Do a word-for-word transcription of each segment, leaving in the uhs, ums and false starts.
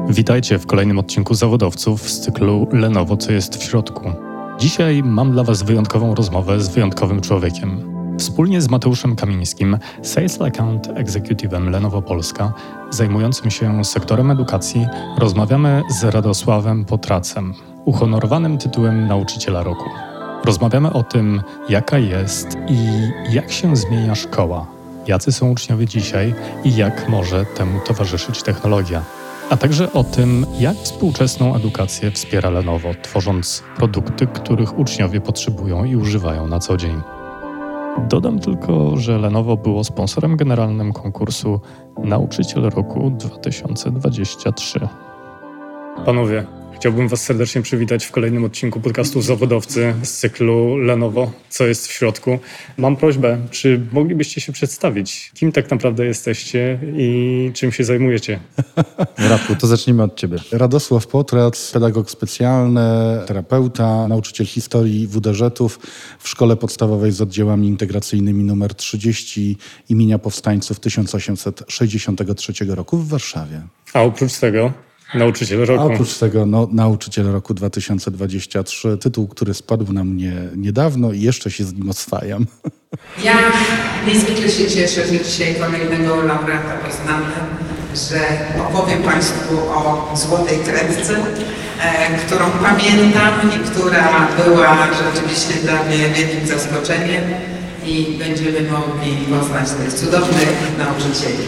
Witajcie w kolejnym odcinku Zawodowców z cyklu Lenovo, co jest w środku. Dzisiaj mam dla Was wyjątkową rozmowę z wyjątkowym człowiekiem. Wspólnie z Mateuszem Kamińskim, Sales Account Executive'em Lenovo Polska, zajmującym się sektorem edukacji, rozmawiamy z Radosławem Potracem, uhonorowanym tytułem Nauczyciela Roku. Rozmawiamy o tym, jaka jest i jak się zmienia szkoła, jacy są uczniowie dzisiaj i jak może temu towarzyszyć technologia. A także o tym, jak współczesną edukację wspiera Lenovo, tworząc produkty, których uczniowie potrzebują i używają na co dzień. Dodam tylko, że Lenovo było sponsorem generalnym konkursu Nauczyciel Roku dwa tysiące dwudziesty trzeci. Panowie, chciałbym Was serdecznie przywitać w kolejnym odcinku podcastu Zawodowcy z cyklu Lenovo, co jest w środku. Mam prośbę, czy moglibyście się przedstawić, kim tak naprawdę jesteście i czym się zajmujecie? Radku, to zacznijmy od Ciebie. Radosław Potrac, pedagog specjalny, terapeuta, nauczyciel historii W D Ż-ów w Szkole Podstawowej z oddziałami integracyjnymi nr trzydzieści imienia Powstańców tysiąc osiemset sześćdziesiątego trzeciego roku w Warszawie. A oprócz tego Nauczyciel Roku. A oprócz tego no, Nauczyciel Roku dwa tysiące dwudziesty trzeci, tytuł, który spadł na mnie niedawno i jeszcze się z nim oswajam. Ja niezwykle się cieszę, że dzisiaj kolejnego laureata poznamy, że opowiem Państwu o Złotej Kredce, e, którą pamiętam i która była rzeczywiście dla mnie wielkim zaskoczeniem i będziemy mogli poznać tych cudownych nauczycieli.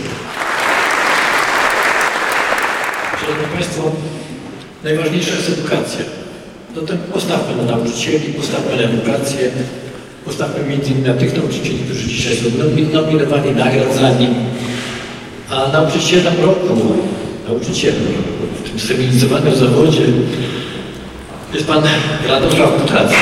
Szanowni Państwo, najważniejsza jest edukacja. Zatem postawmy na nauczycieli, postawmy na edukację, postawmy między innymi na tych nauczycieli, którzy dzisiaj są nominowani, nagradzani. A nauczycielem roku, nauczycielem w tym cywilizowanym zawodzie jest Pan Radosław Potrac.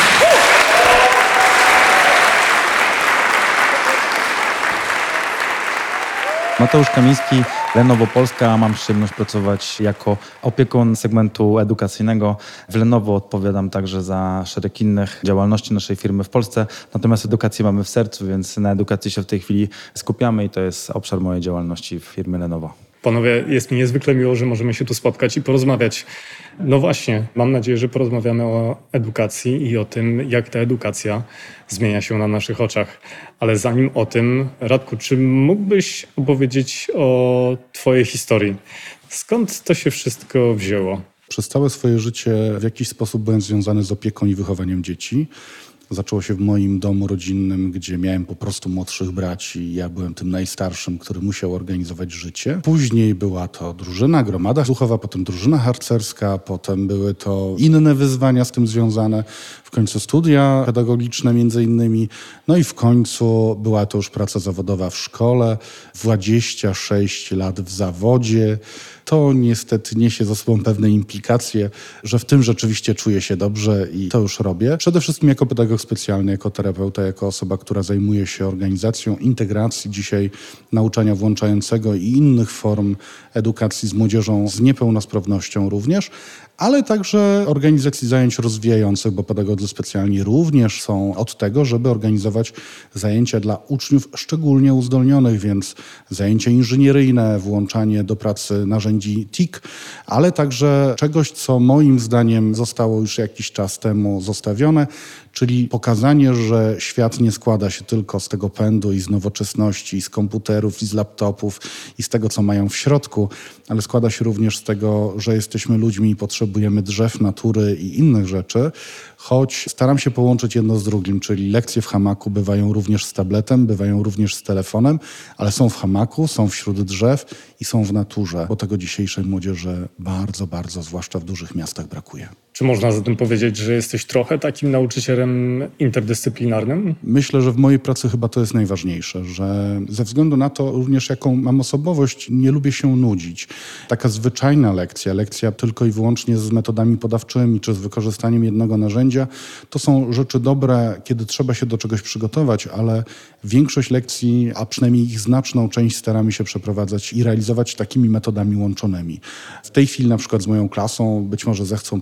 Mateusz Kamiński, Lenovo Polska. Mam przyjemność pracować jako opiekun segmentu edukacyjnego. W Lenovo odpowiadam także za szereg innych działalności naszej firmy w Polsce. Natomiast edukację mamy w sercu, więc na edukacji się w tej chwili skupiamy i to jest obszar mojej działalności w firmie Lenovo. Panowie, jest mi niezwykle miło, że możemy się tu spotkać i porozmawiać. No właśnie, mam nadzieję, że porozmawiamy o edukacji i o tym, jak ta edukacja zmienia się na naszych oczach. Ale zanim o tym, Radku, czy mógłbyś opowiedzieć o twojej historii? Skąd to się wszystko wzięło? Przez całe swoje życie w jakiś sposób byłem związany z opieką i wychowaniem dzieci. Zaczęło się w moim domu rodzinnym, gdzie miałem po prostu młodszych braci. Ja byłem tym najstarszym, który musiał organizować życie. Później była to drużyna, gromada duchowa, potem drużyna harcerska, potem były to inne wyzwania z tym związane. W końcu studia pedagogiczne między innymi. No i w końcu była to już praca zawodowa w szkole. dwadzieścia sześć lat w zawodzie. To niestety niesie ze sobą pewne implikacje, że w tym rzeczywiście czuję się dobrze i to już robię. Przede wszystkim jako pedagog specjalny, jako terapeuta, jako osoba, która zajmuje się organizacją integracji dzisiaj nauczania włączającego i innych form edukacji z młodzieżą z niepełnosprawnością również, ale także organizacji zajęć rozwijających, bo pedagodzy specjalni również są od tego, żeby organizować zajęcia dla uczniów szczególnie uzdolnionych, więc zajęcia inżynieryjne, włączanie do pracy narzędzi T I K, ale także czegoś, co moim zdaniem zostało już jakiś czas temu zostawione, czyli pokazanie, że świat nie składa się tylko z tego pędu i z nowoczesności, i z komputerów, i z laptopów, i z tego, co mają w środku, ale składa się również z tego, że jesteśmy ludźmi i potrzebujemy drzew, natury i innych rzeczy, choć staram się połączyć jedno z drugim, czyli lekcje w hamaku bywają również z tabletem, bywają również z telefonem, ale są w hamaku, są wśród drzew i są w naturze, bo tego dzisiejszej młodzieży bardzo, bardzo, zwłaszcza w dużych miastach brakuje. Czy można zatem powiedzieć, że jesteś trochę takim nauczycielem interdyscyplinarnym? Myślę, że w mojej pracy chyba to jest najważniejsze, że ze względu na to również jaką mam osobowość, nie lubię się nudzić. Taka zwyczajna lekcja, lekcja tylko i wyłącznie z metodami podawczymi czy z wykorzystaniem jednego narzędzia, to są rzeczy dobre, kiedy trzeba się do czegoś przygotować, ale większość lekcji, a przynajmniej ich znaczną część staramy się przeprowadzać i realizować takimi metodami łączonymi. W tej chwili na przykład z moją klasą być może zechcą potem przyjść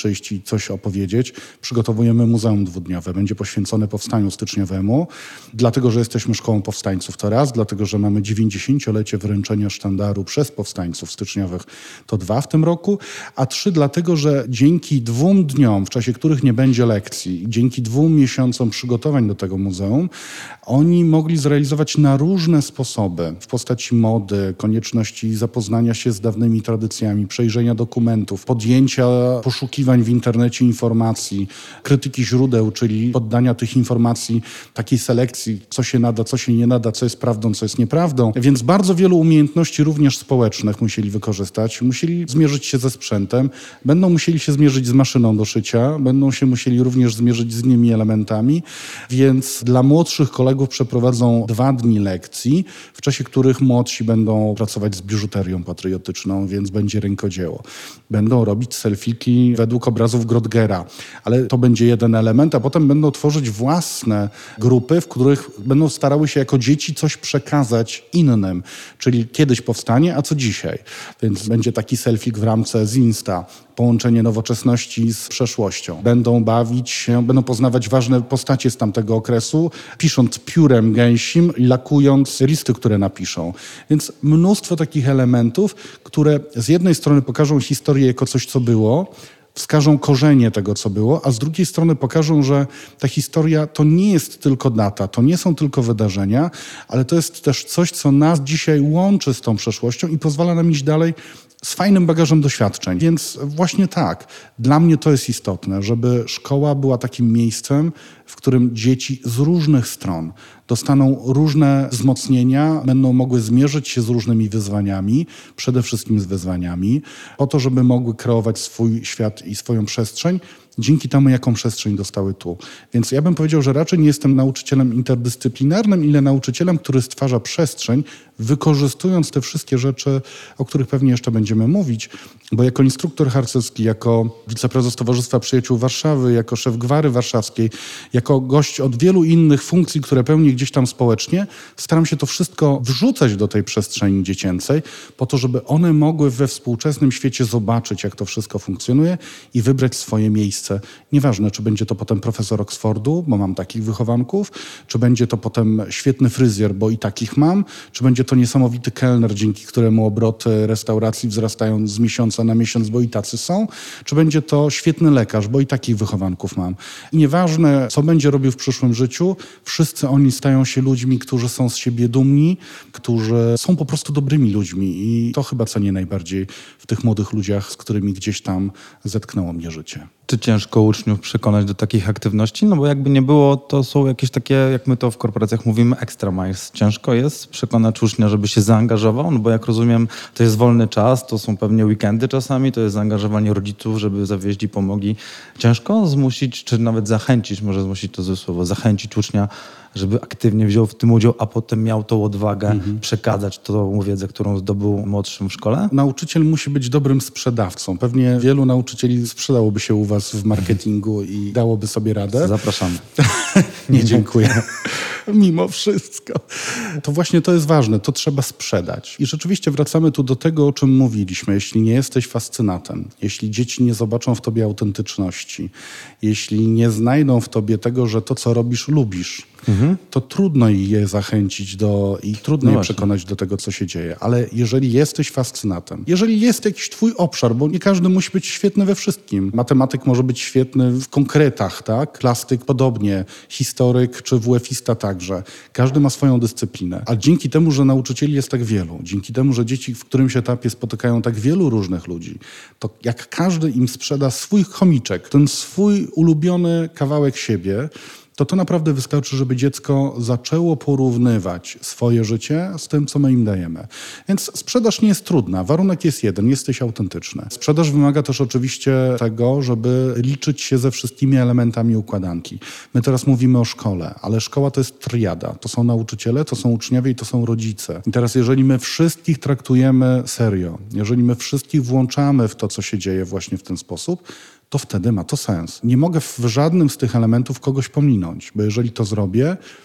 przyjść i coś opowiedzieć. Przygotowujemy muzeum dwudniowe. Będzie poświęcone powstaniu styczniowemu, dlatego że jesteśmy szkołą powstańców to raz, dlatego że mamy dziewięćdziesięciolecie wręczenia sztandaru przez powstańców styczniowych, to dwa w tym roku, a trzy dlatego, że dzięki dwóm dniom, w czasie których nie będzie lekcji, dzięki dwóm miesiącom przygotowań do tego muzeum, oni mogli zrealizować na różne sposoby, w postaci mody, konieczności zapoznania się z dawnymi tradycjami, przejrzenia dokumentów, podjęcia poszukiwań w internecie informacji, krytyki źródeł, czyli poddania tych informacji takiej selekcji, co się nada, co się nie nada, co jest prawdą, co jest nieprawdą. Więc bardzo wielu umiejętności również społecznych musieli wykorzystać, musieli zmierzyć się ze sprzętem, będą musieli się zmierzyć z maszyną do szycia, będą się musieli również zmierzyć z innymi elementami, więc dla młodszych kolegów przeprowadzą dwa dni lekcji, w czasie których młodsi będą pracować z biżuterią patriotyczną, więc będzie rękodzieło. Będą robić selfiki według obrazów Grotgera, ale to będzie jeden element, a potem będą tworzyć własne grupy, w których będą starały się jako dzieci coś przekazać innym, czyli kiedyś powstanie, a co dzisiaj. Więc będzie taki selfik w ramce z Insta, połączenie nowoczesności z przeszłością. Będą bawić się, będą poznawać ważne postacie z tamtego okresu, pisząc piórem gęsim i lakując listy, które napiszą. Więc mnóstwo takich elementów, które z jednej strony pokażą historię jako coś, co było, wskażą korzenie tego, co było, a z drugiej strony pokażą, że ta historia to nie jest tylko data, to nie są tylko wydarzenia, ale to jest też coś, co nas dzisiaj łączy z tą przeszłością i pozwala nam iść dalej z fajnym bagażem doświadczeń. Więc właśnie tak, dla mnie to jest istotne, żeby szkoła była takim miejscem, w którym dzieci z różnych stron dostaną różne wzmocnienia, będą mogły zmierzyć się z różnymi wyzwaniami, przede wszystkim z wyzwaniami, po to, żeby mogły kreować swój świat i swoją przestrzeń, dzięki temu, jaką przestrzeń dostały tu. Więc ja bym powiedział, że raczej nie jestem nauczycielem interdyscyplinarnym, ile nauczycielem, który stwarza przestrzeń, wykorzystując te wszystkie rzeczy, o których pewnie jeszcze będziemy mówić, bo jako instruktor harcerski, jako wiceprezes Towarzystwa Przyjaciół Warszawy, jako szef Gwary Warszawskiej, jako gość od wielu innych funkcji, które pełnię gdzieś tam społecznie, staram się to wszystko wrzucać do tej przestrzeni dziecięcej, po to, żeby one mogły we współczesnym świecie zobaczyć, jak to wszystko funkcjonuje i wybrać swoje miejsce. Nieważne, czy będzie to potem profesor Oxfordu, bo mam takich wychowanków, czy będzie to potem świetny fryzjer, bo i takich mam, czy będzie to niesamowity kelner, dzięki któremu obroty restauracji wzrastają z miesiąca na miesiąc, bo i tacy są, czy będzie to świetny lekarz, bo i takich wychowanków mam. I nieważne, co będzie robił w przyszłym życiu, wszyscy oni stają się ludźmi, którzy są z siebie dumni, którzy są po prostu dobrymi ludźmi i to chyba cenię najbardziej w tych młodych ludziach, z którymi gdzieś tam zetknęło mnie życie. Czy ciężko uczniów przekonać do takich aktywności? No bo jakby nie było, to są jakieś takie, jak my to w korporacjach mówimy, extra miles. Ciężko jest przekonać ucznia, żeby się zaangażował, no bo jak rozumiem, to jest wolny czas, to są pewnie weekendy czasami, to jest zaangażowanie rodziców, żeby zawieźli, pomogli. Ciężko zmusić, czy nawet zachęcić, może zmusić to złe słowo, zachęcić ucznia, żeby aktywnie wziął w tym udział, a potem miał tą odwagę mhm. przekazać tą wiedzę, którą zdobył młodszym w szkole? Nauczyciel musi być dobrym sprzedawcą. Pewnie wielu nauczycieli sprzedałoby się u was w marketingu i dałoby sobie radę. Zapraszamy. Nie, dziękuję. Mimo wszystko. To właśnie to jest ważne, to trzeba sprzedać. I rzeczywiście wracamy tu do tego, o czym mówiliśmy. Jeśli nie jesteś fascynatem, jeśli dzieci nie zobaczą w tobie autentyczności, jeśli nie znajdą w tobie tego, że to, co robisz, lubisz, mhm. to trudno je zachęcić do i trudno no je właśnie. przekonać do tego, co się dzieje. Ale jeżeli jesteś fascynatem, jeżeli jest jakiś twój obszar, bo nie każdy musi być świetny we wszystkim. Matematyk może być świetny w konkretach, tak? Plastyk podobnie, historyk czy W F-ista także. Każdy ma swoją dyscyplinę. A dzięki temu, że nauczycieli jest tak wielu, dzięki temu, że dzieci w którymś etapie spotykają tak wielu różnych ludzi, to jak każdy im sprzeda swój chomiczek, ten swój ulubiony kawałek siebie, to to naprawdę wystarczy, żeby dziecko zaczęło porównywać swoje życie z tym, co my im dajemy. Więc sprzedaż nie jest trudna. Warunek jest jeden, jesteś autentyczny. Sprzedaż wymaga też oczywiście tego, żeby liczyć się ze wszystkimi elementami układanki. My teraz mówimy o szkole, ale szkoła to jest triada. To są nauczyciele, to są uczniowie i to są rodzice. I teraz jeżeli my wszystkich traktujemy serio, jeżeli my wszystkich włączamy w to, co się dzieje właśnie w ten sposób, to wtedy ma to sens. Nie mogę w żadnym z tych elementów kogoś pominąć, bo jeżeli to zrobię,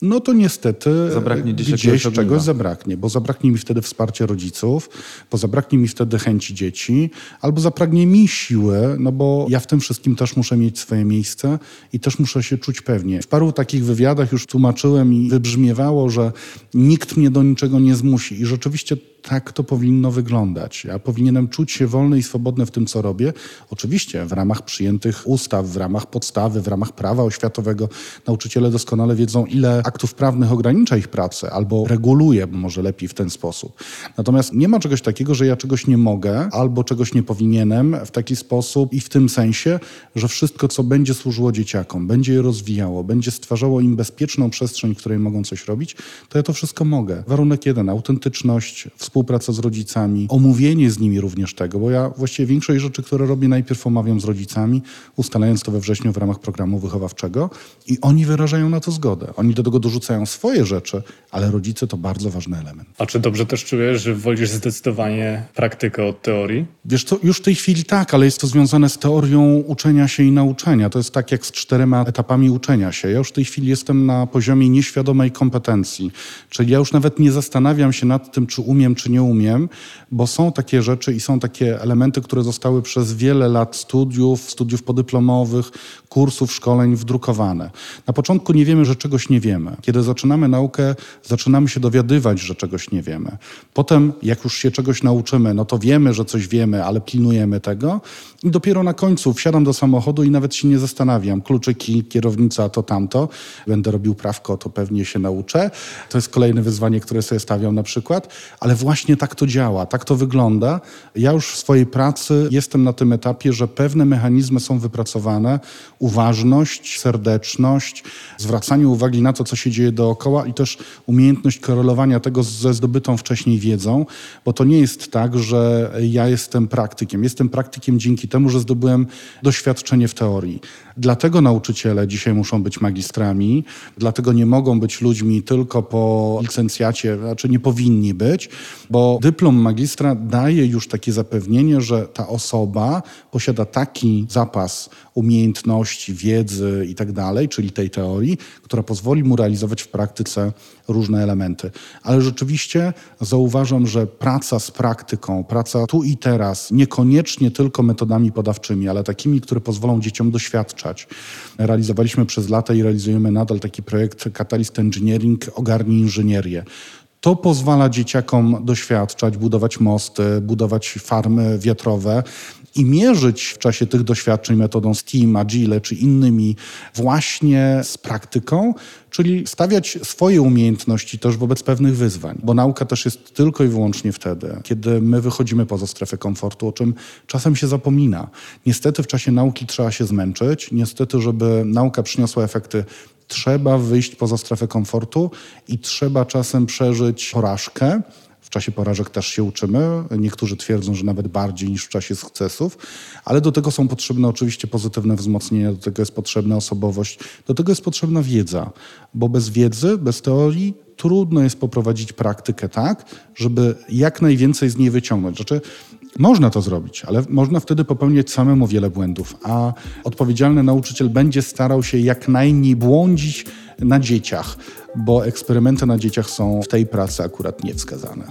no to niestety zabraknie gdzieś, gdzieś czegoś zabraknie, bo zabraknie mi wtedy wsparcia rodziców, bo zabraknie mi wtedy chęci dzieci, albo zabraknie mi siły, no bo ja w tym wszystkim też muszę mieć swoje miejsce i też muszę się czuć pewnie. W paru takich wywiadach już tłumaczyłem i wybrzmiewało, że nikt mnie do niczego nie zmusi i rzeczywiście tak to powinno wyglądać. Ja powinienem czuć się wolny i swobodny w tym, co robię. Oczywiście w ramach przyjętych ustaw, w ramach podstawy, w ramach prawa oświatowego. Nauczyciele doskonale wiedzą, ile aktów prawnych ogranicza ich pracę albo reguluje, bo może lepiej w ten sposób. Natomiast nie ma czegoś takiego, że ja czegoś nie mogę albo czegoś nie powinienem w taki sposób i w tym sensie, że wszystko, co będzie służyło dzieciakom, będzie je rozwijało, będzie stwarzało im bezpieczną przestrzeń, w której mogą coś robić, to ja to wszystko mogę. Warunek jeden, autentyczność, współpraca z rodzicami, omówienie z nimi również tego, bo ja właściwie większość rzeczy, które robię, najpierw omawiam z rodzicami, ustalając to we wrześniu w ramach programu wychowawczego i oni wyrażają na to zgodę. Oni do tego dorzucają swoje rzeczy, ale rodzice to bardzo ważny element. A czy dobrze też czujesz, że wolisz zdecydowanie praktykę od teorii? Wiesz co, już w tej chwili tak, ale jest to związane z teorią uczenia się i nauczania. To jest tak jak z czterema etapami uczenia się. Ja już w tej chwili jestem na poziomie nieświadomej kompetencji, czyli ja już nawet nie zastanawiam się nad tym, czy umiem, czy nie umiem, bo są takie rzeczy i są takie elementy, które zostały przez wiele lat studiów, studiów podyplomowych, kursów, szkoleń wdrukowane. Na początku nie wiemy, że czegoś nie wiemy. Kiedy zaczynamy naukę, zaczynamy się dowiadywać, że czegoś nie wiemy. Potem, jak już się czegoś nauczymy, no to wiemy, że coś wiemy, ale pilnujemy tego. I dopiero na końcu wsiadam do samochodu i nawet się nie zastanawiam. Kluczyki, kierownica, to tamto. Będę robił prawko, to pewnie się nauczę. To jest kolejne wyzwanie, które sobie stawiam na przykład. Ale właśnie tak to działa, tak to wygląda. Ja już w swojej pracy jestem na tym etapie, że pewne mechanizmy są wypracowane. Uważność, serdeczność, zwracanie uwagi na to, co się dzieje dookoła i też umiejętność korelowania tego ze zdobytą wcześniej wiedzą, bo to nie jest tak, że ja jestem praktykiem. Jestem praktykiem dzięki temu, że zdobyłem doświadczenie w teorii. Dlatego nauczyciele dzisiaj muszą być magistrami, dlatego nie mogą być ludźmi tylko po licencjacie, znaczy nie powinni być, bo dyplom magistra daje już takie zapewnienie, że ta osoba posiada taki zapas umiejętności, wiedzy i tak dalej, czyli tej teorii, która pozwoli mu realizować w praktyce różne elementy. Ale rzeczywiście zauważam, że praca z praktyką, praca tu i teraz, niekoniecznie tylko metodami podawczymi, ale takimi, które pozwolą dzieciom doświadczać. Realizowaliśmy przez lata i realizujemy nadal taki projekt Catalyst Engineering, Ogarnij inżynierię. To pozwala dzieciakom doświadczać, budować mosty, budować farmy wiatrowe i mierzyć w czasie tych doświadczeń metodą STEAM, Agile czy innymi właśnie z praktyką, czyli stawiać swoje umiejętności też wobec pewnych wyzwań. Bo nauka też jest tylko i wyłącznie wtedy, kiedy my wychodzimy poza strefę komfortu, o czym czasem się zapomina. Niestety w czasie nauki trzeba się zmęczyć. Niestety, żeby nauka przyniosła efekty, trzeba wyjść poza strefę komfortu i trzeba czasem przeżyć porażkę. W czasie porażek też się uczymy. Niektórzy twierdzą, że nawet bardziej niż w czasie sukcesów, ale do tego są potrzebne oczywiście pozytywne wzmocnienia, do tego jest potrzebna osobowość, do tego jest potrzebna wiedza, bo bez wiedzy, bez teorii trudno jest poprowadzić praktykę tak, żeby jak najwięcej z niej wyciągnąć. Znaczy, można to zrobić, ale można wtedy popełniać samemu wiele błędów, a odpowiedzialny nauczyciel będzie starał się jak najmniej błądzić na dzieciach, bo eksperymenty na dzieciach są w tej pracy akurat niewskazane.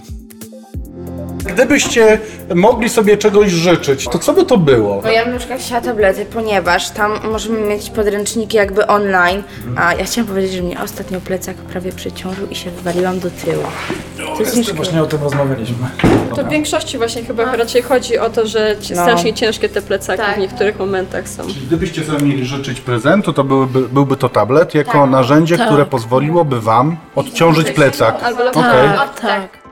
Gdybyście mogli sobie czegoś życzyć, to co by to było? No ja bym na przykład chciała tablety, ponieważ tam możemy mieć podręczniki jakby online, a ja chciałam powiedzieć, że mnie ostatnio plecak prawie przeciążył i się wywaliłam do tyłu. To jest Jeszcze właśnie o tym rozmawialiśmy. To w większości właśnie chyba raczej chodzi o to, że ci- No. strasznie ciężkie te plecaki Tak. w niektórych momentach są. Gdybyście sobie mieli życzyć prezentu, to byłby, byłby to tablet jako narzędzie, które pozwoliłoby wam odciążyć plecak. Albo Okej. Tak.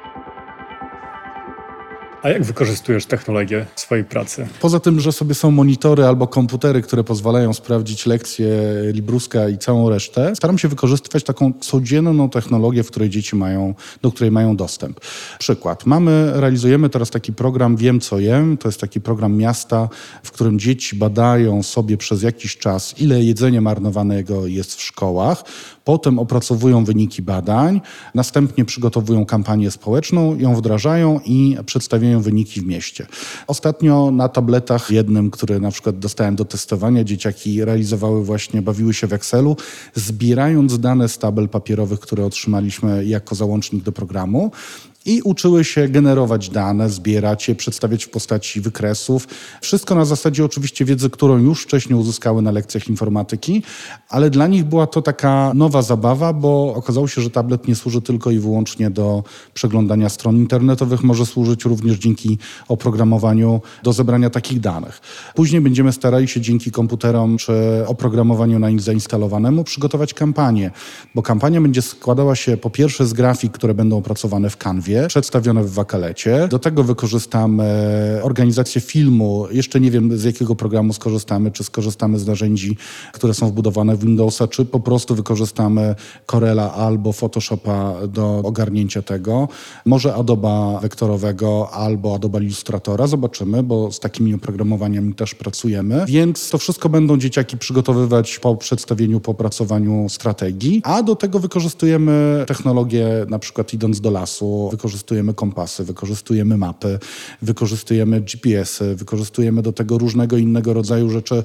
A jak wykorzystujesz technologię w swojej pracy? Poza tym, że sobie są monitory albo komputery, które pozwalają sprawdzić lekcje Libruska i całą resztę, staram się wykorzystywać taką codzienną technologię, w której dzieci mają, do której mają dostęp. Przykład. Mamy, realizujemy teraz taki program Wiem co jem. To jest taki program miasta, w którym dzieci badają sobie przez jakiś czas, ile jedzenia marnowanego jest w szkołach. potem opracowują wyniki badań, następnie przygotowują kampanię społeczną, ją wdrażają i przedstawiają wyniki w mieście. Ostatnio na tabletach jednym, który na przykład dostałem do testowania, dzieciaki realizowały właśnie, bawiły się w Excelu, zbierając dane z tabel papierowych, które otrzymaliśmy jako załącznik do programu. I uczyły się generować dane, zbierać je, przedstawiać w postaci wykresów. Wszystko na zasadzie oczywiście wiedzy, którą już wcześniej uzyskały na lekcjach informatyki, ale dla nich była to taka nowa zabawa, bo okazało się, że tablet nie służy tylko i wyłącznie do przeglądania stron internetowych, może służyć również dzięki oprogramowaniu do zebrania takich danych. Później będziemy starali się dzięki komputerom czy oprogramowaniu na nich zainstalowanemu przygotować kampanię, bo kampania będzie składała się po pierwsze z grafik, które będą opracowane w Canwie, przedstawione w Wakalecie. Do tego wykorzystamy organizację filmu. Jeszcze nie wiem, z jakiego programu skorzystamy, czy skorzystamy z narzędzi, które są wbudowane w Windowsa, czy po prostu wykorzystamy Corela albo Photoshopa do ogarnięcia tego. Może Adobe'a wektorowego albo Adobe Illustratora. Zobaczymy, bo z takimi oprogramowaniami też pracujemy. Więc to wszystko będą dzieciaki przygotowywać po przedstawieniu, po opracowaniu strategii. A do tego wykorzystujemy technologię, na przykład idąc do lasu, wykorzystujemy kompasy, wykorzystujemy mapy, wykorzystujemy G P S-y, wykorzystujemy do tego różnego innego rodzaju rzeczy,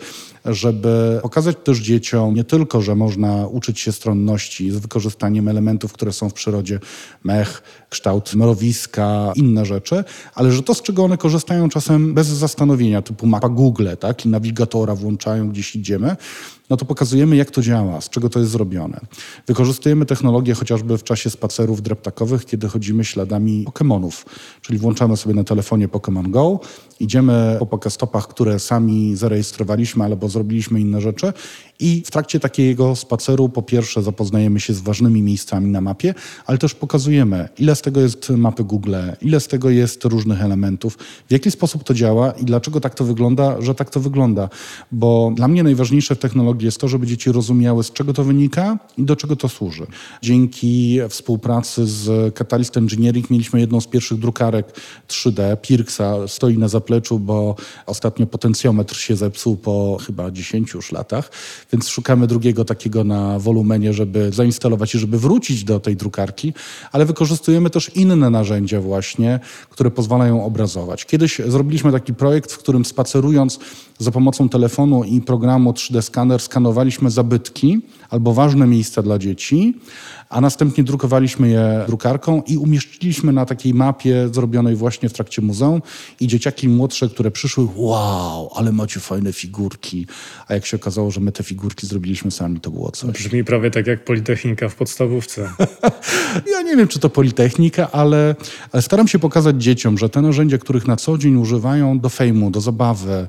żeby pokazać też dzieciom nie tylko, że można uczyć się stronności z wykorzystaniem elementów, które są w przyrodzie, mech, kształt mrowiska, inne rzeczy, ale że to, z czego one korzystają czasem bez zastanowienia, typu mapa Google, tak, i nawigatora włączają, gdzieś idziemy, no to pokazujemy, jak to działa, z czego to jest zrobione. Wykorzystujemy technologię chociażby w czasie spacerów dreptakowych, kiedy chodzimy śladami Pokemonów, czyli włączamy sobie na telefonie Pokémon Go, idziemy po pokestopach, które sami zarejestrowaliśmy albo zrobiliśmy inne rzeczy i w trakcie takiego spaceru po pierwsze zapoznajemy się z ważnymi miejscami na mapie, ale też pokazujemy, ile z tego jest mapy Google, ile z tego jest różnych elementów, w jaki sposób to działa i dlaczego tak to wygląda, że tak to wygląda. Bo dla mnie najważniejsze w technologii jest to, żeby dzieci rozumiały, z czego to wynika i do czego to służy. Dzięki współpracy z Catalyst Engineering mieliśmy jedną z pierwszych drukarek trzy D, Pirxa, stoi na zapleczu, bo ostatnio potencjometr się zepsuł po chyba dziesięciu już latach, więc szukamy drugiego takiego na wolumenie, żeby zainstalować i żeby wrócić do tej drukarki, ale wykorzystujemy też inne narzędzia właśnie, które pozwalają obrazować. Kiedyś zrobiliśmy taki projekt, w którym spacerując za pomocą telefonu i programu trzy D Scanner skanowaliśmy zabytki albo ważne miejsca dla dzieci, a następnie drukowaliśmy je drukarką i umieściliśmy na takiej mapie zrobionej właśnie w trakcie muzeum i dzieciaki młodsze, które przyszły, wow, ale macie fajne figurki. A jak się okazało, że my te figurki zrobiliśmy sami, to było coś. Brzmi prawie tak jak Politechnika w podstawówce. Ja nie wiem, czy to Politechnika, ale, ale staram się pokazać dzieciom, że te narzędzia, których na co dzień używają do fejmu, do zabawy,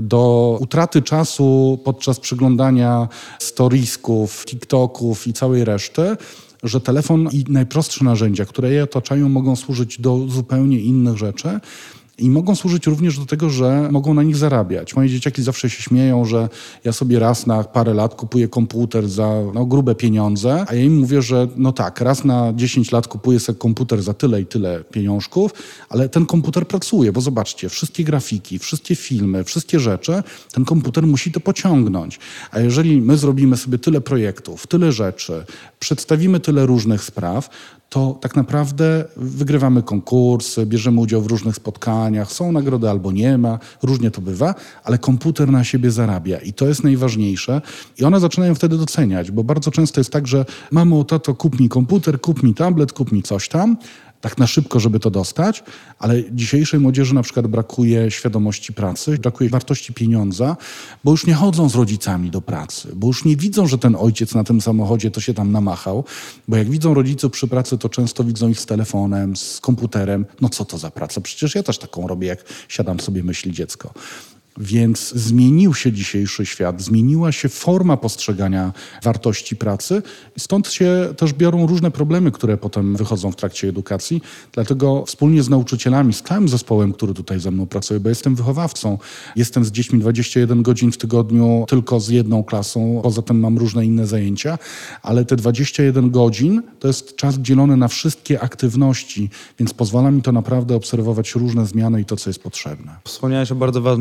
do utraty czasu podczas przeglądania storiesków, TikToków i całej reszty, że telefon i najprostsze narzędzia, które je otaczają, mogą służyć do zupełnie innych rzeczy. I mogą służyć również do tego, że mogą na nich zarabiać. Moje dzieciaki zawsze się śmieją, że ja sobie raz na parę lat kupuję komputer za no, grube pieniądze, a ja im mówię, że no tak, raz na dziesięć lat kupuję sobie komputer za tyle i tyle pieniążków, ale ten komputer pracuje, bo zobaczcie, wszystkie grafiki, wszystkie filmy, wszystkie rzeczy, ten komputer musi to pociągnąć. A jeżeli my zrobimy sobie tyle projektów, tyle rzeczy, przedstawimy tyle różnych spraw, to tak naprawdę wygrywamy konkursy, bierzemy udział w różnych spotkaniach, są nagrody albo nie ma, różnie to bywa, ale komputer na siebie zarabia i to jest najważniejsze. I one zaczynają wtedy doceniać, bo bardzo często jest tak, że mamo, tato, kup mi komputer, kup mi tablet, kup mi coś tam, tak na szybko, żeby to dostać, ale dzisiejszej młodzieży na przykład brakuje świadomości pracy, brakuje wartości pieniądza, bo już nie chodzą z rodzicami do pracy, bo już nie widzą, że ten ojciec na tym samochodzie to się tam namachał, bo jak widzą rodziców przy pracy, to często widzą ich z telefonem, z komputerem. No co to za praca? Przecież ja też taką robię, jak siadam sobie, myśli dziecko. Więc zmienił się dzisiejszy świat, zmieniła się forma postrzegania wartości pracy i stąd się też biorą różne problemy, które potem wychodzą w trakcie edukacji. Dlatego wspólnie z nauczycielami, z całym zespołem, który tutaj ze mną pracuje, bo jestem wychowawcą, jestem z dziećmi dwadzieścia jeden godzin w tygodniu tylko z jedną klasą, poza tym mam różne inne zajęcia, ale te dwadzieścia jeden godzin to jest czas dzielony na wszystkie aktywności, więc pozwala mi to naprawdę obserwować różne zmiany i to, co jest potrzebne. Wspomniałeś o bardzo ważnej rzeczy,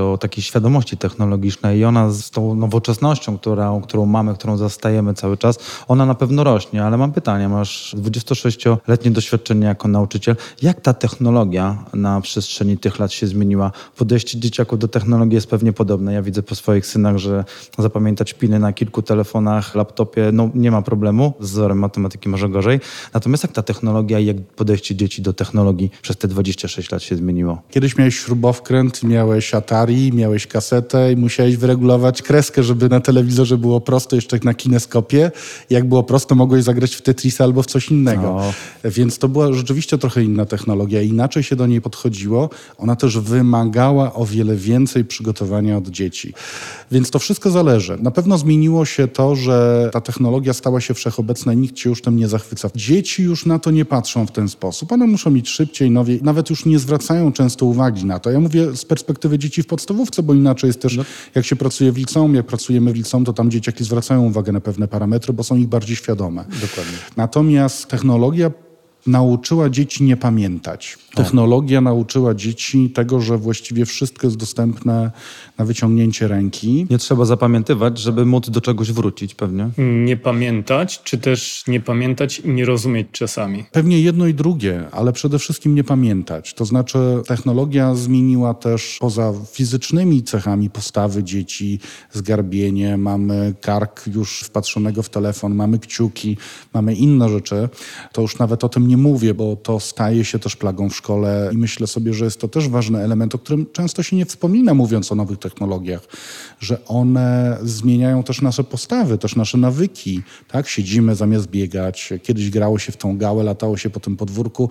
także o takiej świadomości technologicznej i ona z tą nowoczesnością, którą, którą mamy, którą zastajemy cały czas, ona na pewno rośnie, ale mam pytanie, masz dwudziestosześcioletnie doświadczenie jako nauczyciel. Jak ta technologia na przestrzeni tych lat się zmieniła? Podejście dzieciaków do technologii jest pewnie podobne. Ja widzę po swoich synach, że zapamiętać piny na kilku telefonach, laptopie, no nie ma problemu, z wzorem matematyki może gorzej. Natomiast jak ta technologia i jak podejście dzieci do technologii przez te dwadzieścia sześć lat się zmieniło? Kiedyś miałeś śrubowkręt, miałeś Atari, miałeś kasetę i musiałeś wyregulować kreskę, żeby na telewizorze było prosto, jeszcze na kineskopie. Jak było prosto, mogłeś zagrać w Tetrisa albo w coś innego. No. Więc to była rzeczywiście trochę inna technologia. Inaczej się do niej podchodziło. Ona też wymagała o wiele więcej przygotowania od dzieci. Więc to wszystko zależy. Na pewno zmieniło się to, że ta technologia stała się wszechobecna i nikt się już tym nie zachwyca. Dzieci już na to nie patrzą w ten sposób. One muszą mieć szybciej, nowiej. Nawet już nie zwracają często uwagi na to. Ja mówię z perspektywy dzieci w podstawówce, bo inaczej jest też, no. jak się pracuje w liceum, jak pracujemy w liceum, to tam dzieciaki zwracają uwagę na pewne parametry, bo są ich bardziej świadome. Dokładnie. Natomiast technologia nauczyła dzieci nie pamiętać. Technologia nauczyła dzieci tego, że właściwie wszystko jest dostępne na wyciągnięcie ręki. Nie trzeba zapamiętywać, żeby móc do czegoś wrócić pewnie. Nie pamiętać, czy też nie pamiętać i nie rozumieć czasami? Pewnie jedno i drugie, ale przede wszystkim nie pamiętać. To znaczy technologia zmieniła też poza fizycznymi cechami postawy dzieci, zgarbienie, mamy kark już wpatrzonego w telefon, mamy kciuki, mamy inne rzeczy. To już nawet o tym nie mówię, bo to staje się też plagą w szkole i myślę sobie, że jest to też ważny element, o którym często się nie wspomina, mówiąc o nowych technologiach, że one zmieniają też nasze postawy, też nasze nawyki. Tak? Siedzimy zamiast biegać. Kiedyś grało się w tą gałę, latało się po tym podwórku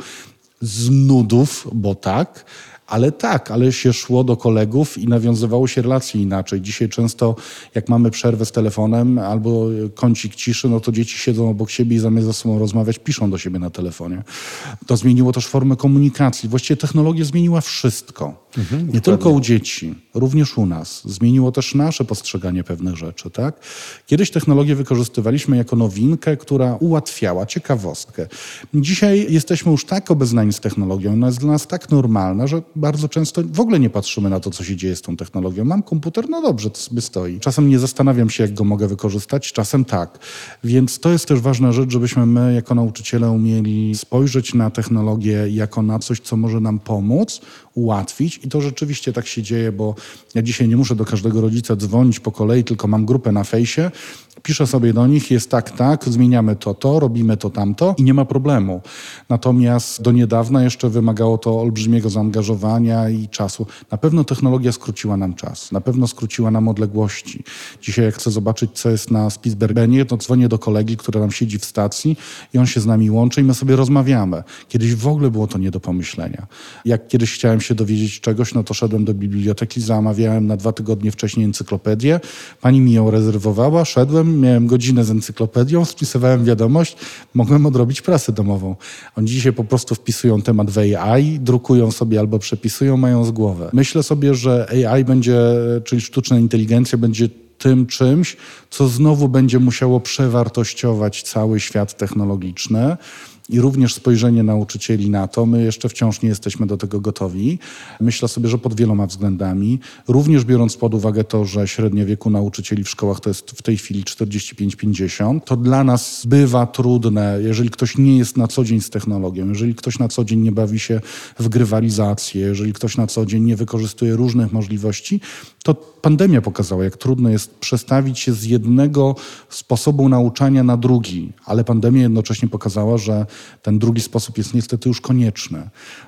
z nudów, bo tak, ale tak, ale się szło do kolegów i nawiązywało się relacje inaczej. Dzisiaj często jak mamy przerwę z telefonem albo kącik ciszy, no to dzieci siedzą obok siebie i zamiast ze sobą rozmawiać, piszą do siebie na telefonie. To zmieniło też formę komunikacji. Właściwie technologia zmieniła wszystko. Mhm, nie tylko u dzieci, również u nas. Zmieniło też nasze postrzeganie pewnych rzeczy. Tak? Kiedyś technologię wykorzystywaliśmy jako nowinkę, która ułatwiała ciekawostkę. Dzisiaj jesteśmy już tak obeznani z technologią, ona jest dla nas tak normalna, że bardzo często w ogóle nie patrzymy na to, co się dzieje z tą technologią. Mam komputer, no dobrze, to sobie stoi. Czasem nie zastanawiam się, jak go mogę wykorzystać, czasem tak. Więc to jest też ważna rzecz, żebyśmy my jako nauczyciele umieli spojrzeć na technologię jako na coś, co może nam pomóc, ułatwić i to rzeczywiście tak się dzieje, bo ja dzisiaj nie muszę do każdego rodzica dzwonić po kolei, tylko mam grupę na fejsie, piszę sobie do nich, jest tak, tak, zmieniamy to, to, robimy to, tamto i nie ma problemu. Natomiast do niedawna jeszcze wymagało to olbrzymiego zaangażowania i czasu. Na pewno technologia skróciła nam czas, na pewno skróciła nam odległości. Dzisiaj jak chcę zobaczyć, co jest na Spitsbergenie, to dzwonię do kolegi, który nam siedzi w stacji i on się z nami łączy i my sobie rozmawiamy. Kiedyś w ogóle było to nie do pomyślenia. Jak kiedyś chciałem się dowiedzieć czegoś, no to szedłem do biblioteki, zamawiałem na dwa tygodnie wcześniej encyklopedię, pani mi ją rezerwowała, szedłem, miałem godzinę z encyklopedią, spisywałem wiadomość, mogłem odrobić pracę domową. Oni dzisiaj po prostu wpisują temat w A I, drukują sobie albo przepisują, mają z głowy. Myślę sobie, że A I będzie, czyli sztuczna inteligencja, będzie tym czymś, co znowu będzie musiało przewartościować cały świat technologiczny. I również spojrzenie nauczycieli na to. My jeszcze wciąż nie jesteśmy do tego gotowi. Myślę sobie, że pod wieloma względami. Również biorąc pod uwagę to, że średnie wieku nauczycieli w szkołach to jest w tej chwili czterdzieści pięć pięćdziesiąt. To dla nas bywa trudne, jeżeli ktoś nie jest na co dzień z technologią, jeżeli ktoś na co dzień nie bawi się w grywalizację, jeżeli ktoś na co dzień nie wykorzystuje różnych możliwości, to pandemia pokazała, jak trudno jest przestawić się z jednego sposobu nauczania na drugi. Ale pandemia jednocześnie pokazała, że ten drugi sposób jest niestety już konieczny,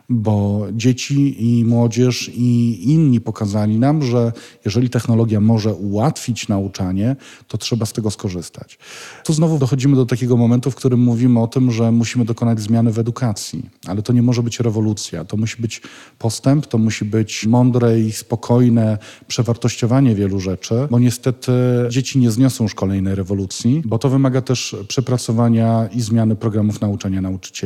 bo dzieci i młodzież i inni pokazali nam, że jeżeli technologia może ułatwić nauczanie, to trzeba z tego skorzystać. Tu znowu dochodzimy do takiego momentu, w którym mówimy o tym, że musimy dokonać zmiany w edukacji, ale to nie może być rewolucja. To musi być postęp, to musi być mądre i spokojne przewartościowanie wielu rzeczy, bo niestety dzieci nie zniosą już kolejnej rewolucji, bo to wymaga też przepracowania i zmiany programów nauczania nauczycieli.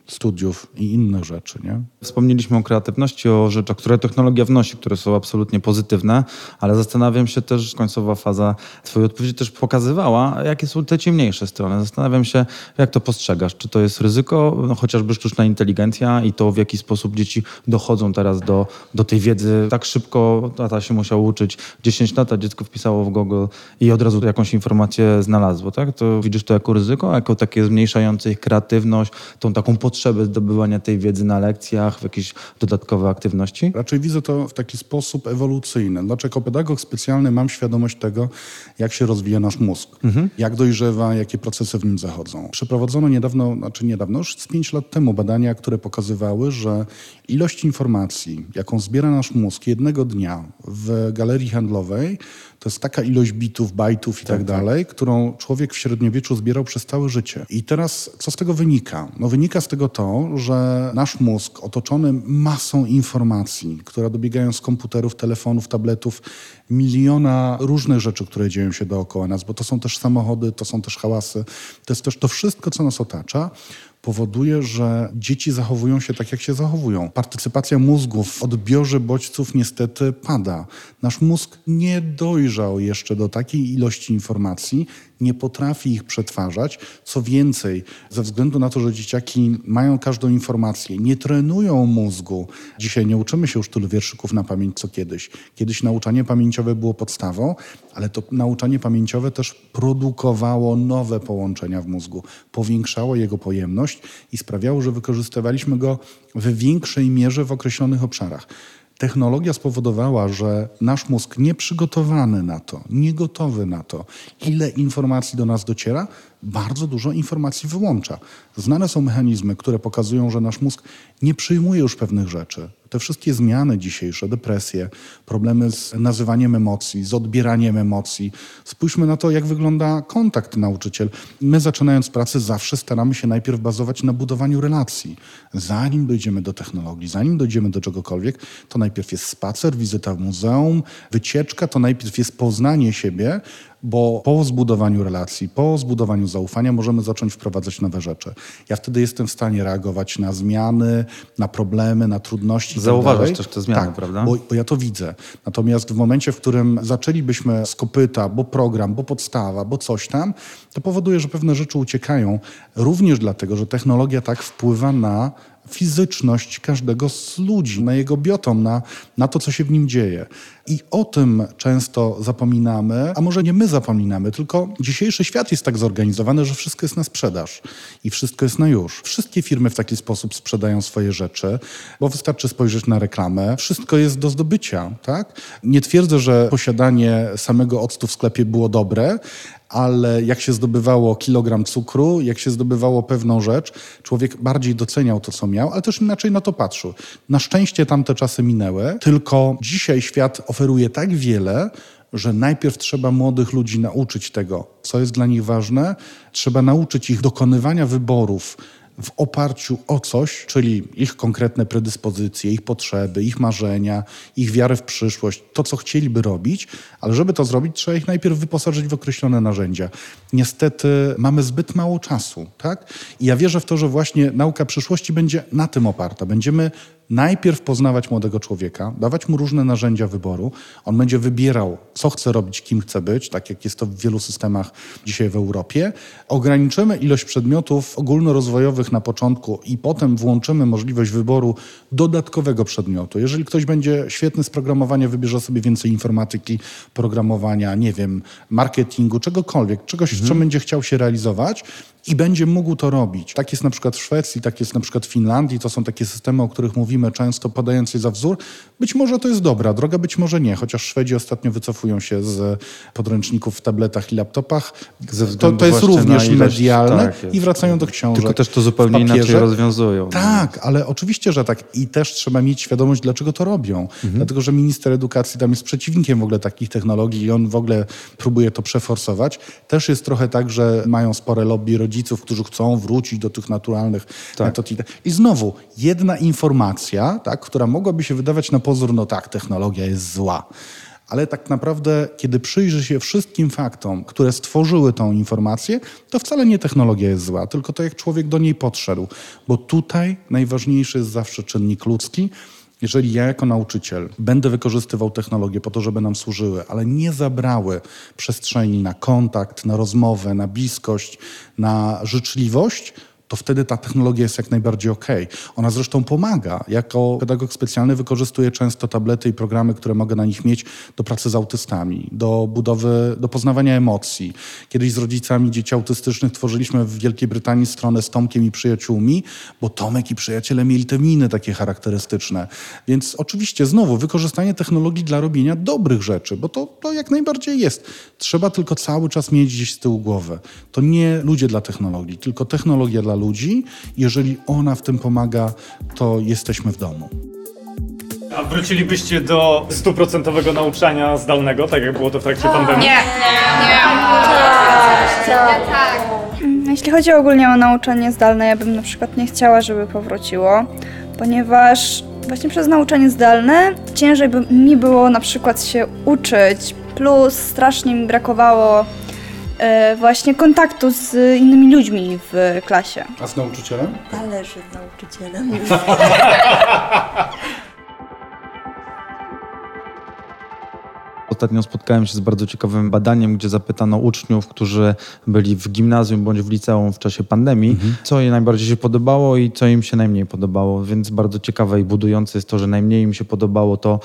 studiów i innych rzeczy, nie? Wspomnieliśmy o kreatywności, o rzeczach, które technologia wnosi, które są absolutnie pozytywne, ale zastanawiam się też, końcowa faza twojej odpowiedzi też pokazywała, jakie są te ciemniejsze strony. Zastanawiam się, jak to postrzegasz. Czy to jest ryzyko, no, chociażby sztuczna inteligencja i to, w jaki sposób dzieci dochodzą teraz do, do tej wiedzy. Tak szybko tata się musiał uczyć. dziesięć lat, a dziecko wpisało w Google i od razu jakąś informację znalazło. Tak? To widzisz to jako ryzyko, jako takie zmniejszające ich kreatywność, tą taką potrzebę zdobywania tej wiedzy na lekcjach, w jakieś dodatkowe aktywności? Raczej widzę to w taki sposób ewolucyjny. Znaczy, jako pedagog specjalny mam świadomość tego, jak się rozwija nasz mózg, mhm. jak dojrzewa, jakie procesy w nim zachodzą. Przeprowadzono niedawno, znaczy niedawno, już z pięć lat temu badania, które pokazywały, że ilość informacji, jaką zbiera nasz mózg jednego dnia w galerii handlowej, to jest taka ilość bitów, bajtów i tak, tak dalej, którą człowiek w średniowieczu zbierał przez całe życie. I teraz co z tego wynika? No wynika z tego to, że nasz mózg otoczony masą informacji, które dobiegają z komputerów, telefonów, tabletów, miliona różnych rzeczy, które dzieją się dookoła nas, bo to są też samochody, to są też hałasy, to jest też to wszystko, co nas otacza, powoduje, że dzieci zachowują się tak, jak się zachowują. Partycypacja mózgu w odbiorze bodźców niestety pada. Nasz mózg nie dojrzał jeszcze do takiej ilości informacji, nie potrafi ich przetwarzać. Co więcej, ze względu na to, że dzieciaki mają każdą informację, nie trenują mózgu. Dzisiaj nie uczymy się już tylu wierszyków na pamięć, co kiedyś. Kiedyś nauczanie pamięciowe było podstawą, ale to nauczanie pamięciowe też produkowało nowe połączenia w mózgu, powiększało jego pojemność i sprawiało, że wykorzystywaliśmy go w większej mierze w określonych obszarach. Technologia spowodowała, że nasz mózg nieprzygotowany na to, niegotowy na to, ile informacji do nas dociera, bardzo dużo informacji wyłącza. Znane są mechanizmy, które pokazują, że nasz mózg nie przyjmuje już pewnych rzeczy. Te wszystkie zmiany dzisiejsze, depresje, problemy z nazywaniem emocji, z odbieraniem emocji. Spójrzmy na to, jak wygląda kontakt nauczyciel. My, zaczynając pracę, zawsze staramy się najpierw bazować na budowaniu relacji. Zanim dojdziemy do technologii, zanim dojdziemy do czegokolwiek, to najpierw jest spacer, wizyta w muzeum, wycieczka, to najpierw jest poznanie siebie, bo po zbudowaniu relacji, po zbudowaniu zaufania możemy zacząć wprowadzać nowe rzeczy. Ja wtedy jestem w stanie reagować na zmiany, na problemy, na trudności. Zauważasz też te zmiany, tak, prawda? Bo, bo ja to widzę. Natomiast w momencie, w którym zaczęlibyśmy z kopyta, bo program, bo podstawa, bo coś tam, to powoduje, że pewne rzeczy uciekają. Również dlatego, że technologia tak wpływa na fizyczność każdego z ludzi, na jego biotom, na, na to, co się w nim dzieje. I o tym często zapominamy, a może nie my zapominamy, tylko dzisiejszy świat jest tak zorganizowany, że wszystko jest na sprzedaż i wszystko jest na już. Wszystkie firmy w taki sposób sprzedają swoje rzeczy, bo wystarczy spojrzeć na reklamę. Wszystko jest do zdobycia, tak? Nie twierdzę, że posiadanie samego octu w sklepie było dobre, ale jak się zdobywało kilogram cukru, jak się zdobywało pewną rzecz, człowiek bardziej doceniał to, co miał, ale też inaczej na to patrzył. Na szczęście tamte czasy minęły, tylko dzisiaj świat oferuje tak wiele, że najpierw trzeba młodych ludzi nauczyć tego, co jest dla nich ważne. Trzeba nauczyć ich dokonywania wyborów w oparciu o coś, czyli ich konkretne predyspozycje, ich potrzeby, ich marzenia, ich wiarę w przyszłość, to, co chcieliby robić, ale żeby to zrobić, trzeba ich najpierw wyposażyć w określone narzędzia. Niestety mamy zbyt mało czasu, tak? I ja wierzę w to, że właśnie nauka przyszłości będzie na tym oparta. Będziemy najpierw poznawać młodego człowieka, dawać mu różne narzędzia wyboru. On będzie wybierał, co chce robić, kim chce być, tak jak jest to w wielu systemach dzisiaj w Europie. Ograniczymy ilość przedmiotów ogólnorozwojowych na początku i potem włączymy możliwość wyboru dodatkowego przedmiotu. Jeżeli ktoś będzie świetny z programowania, wybierze sobie więcej informatyki, programowania, nie wiem, marketingu, czegokolwiek, czegoś, mhm. w czym będzie chciał się realizować i będzie mógł to robić. Tak jest na przykład w Szwecji, tak jest na przykład w Finlandii. To są takie systemy, o których mówimy często, podając je za wzór. Być może to jest dobra droga, być może nie. Chociaż Szwedzi ostatnio wycofują się z podręczników w tabletach i laptopach. To, to jest również ilość, medialne tak, i wracają do książek. Tylko też to zupełnie inaczej rozwiązują. Tak, ale oczywiście, że tak. I też trzeba mieć świadomość, dlaczego to robią. Mhm. Dlatego, że minister edukacji tam jest przeciwnikiem w ogóle takich technologii i on w ogóle próbuje to przeforsować. Też jest trochę tak, że mają spore lobby rodziców, którzy chcą wrócić do tych naturalnych tak. metod. I znowu, jedna informacja, tak, która mogłaby się wydawać na pozór, no tak, technologia jest zła. ale tak naprawdę, kiedy przyjrzy się wszystkim faktom, które stworzyły tą informację, to wcale nie technologia jest zła, tylko to, jak człowiek do niej podszedł. Bo tutaj najważniejszy jest zawsze czynnik ludzki. Jeżeli ja jako nauczyciel będę wykorzystywał technologię po to, żeby nam służyły, ale nie zabrały przestrzeni na kontakt, na rozmowę, na bliskość, na życzliwość, to wtedy ta technologia jest jak najbardziej okej. Ona zresztą pomaga. Jako pedagog specjalny wykorzystuję często tablety i programy, które mogę na nich mieć do pracy z autystami, do budowy, do poznawania emocji. Kiedyś z rodzicami dzieci autystycznych tworzyliśmy w Wielkiej Brytanii stronę z Tomkiem i przyjaciółmi, bo Tomek i przyjaciele mieli te miny takie charakterystyczne. Więc oczywiście znowu wykorzystanie technologii dla robienia dobrych rzeczy, bo to, to jak najbardziej jest. Trzeba tylko cały czas mieć gdzieś z tyłu głowy. To nie ludzie dla technologii, tylko technologia dla ludzi. Jeżeli ona w tym pomaga, to jesteśmy w domu. A wrócilibyście do stuprocentowego nauczania zdalnego, tak jak było to w trakcie pandemii? Nie, nie. Jeśli chodzi ogólnie o nauczanie zdalne, ja bym na przykład nie chciała, żeby powróciło, ponieważ właśnie przez nauczanie zdalne ciężej by mi było na przykład się uczyć, plus strasznie mi brakowało e, właśnie kontaktu z innymi ludźmi w klasie. A z nauczycielem? Zależy z nauczycielem. Ostatnio spotkałem się z bardzo ciekawym badaniem, gdzie zapytano uczniów, którzy byli w gimnazjum bądź w liceum w czasie pandemii, mhm. co im najbardziej się podobało i co im się najmniej podobało. Więc bardzo ciekawe i budujące jest to, że najmniej im się podobało to,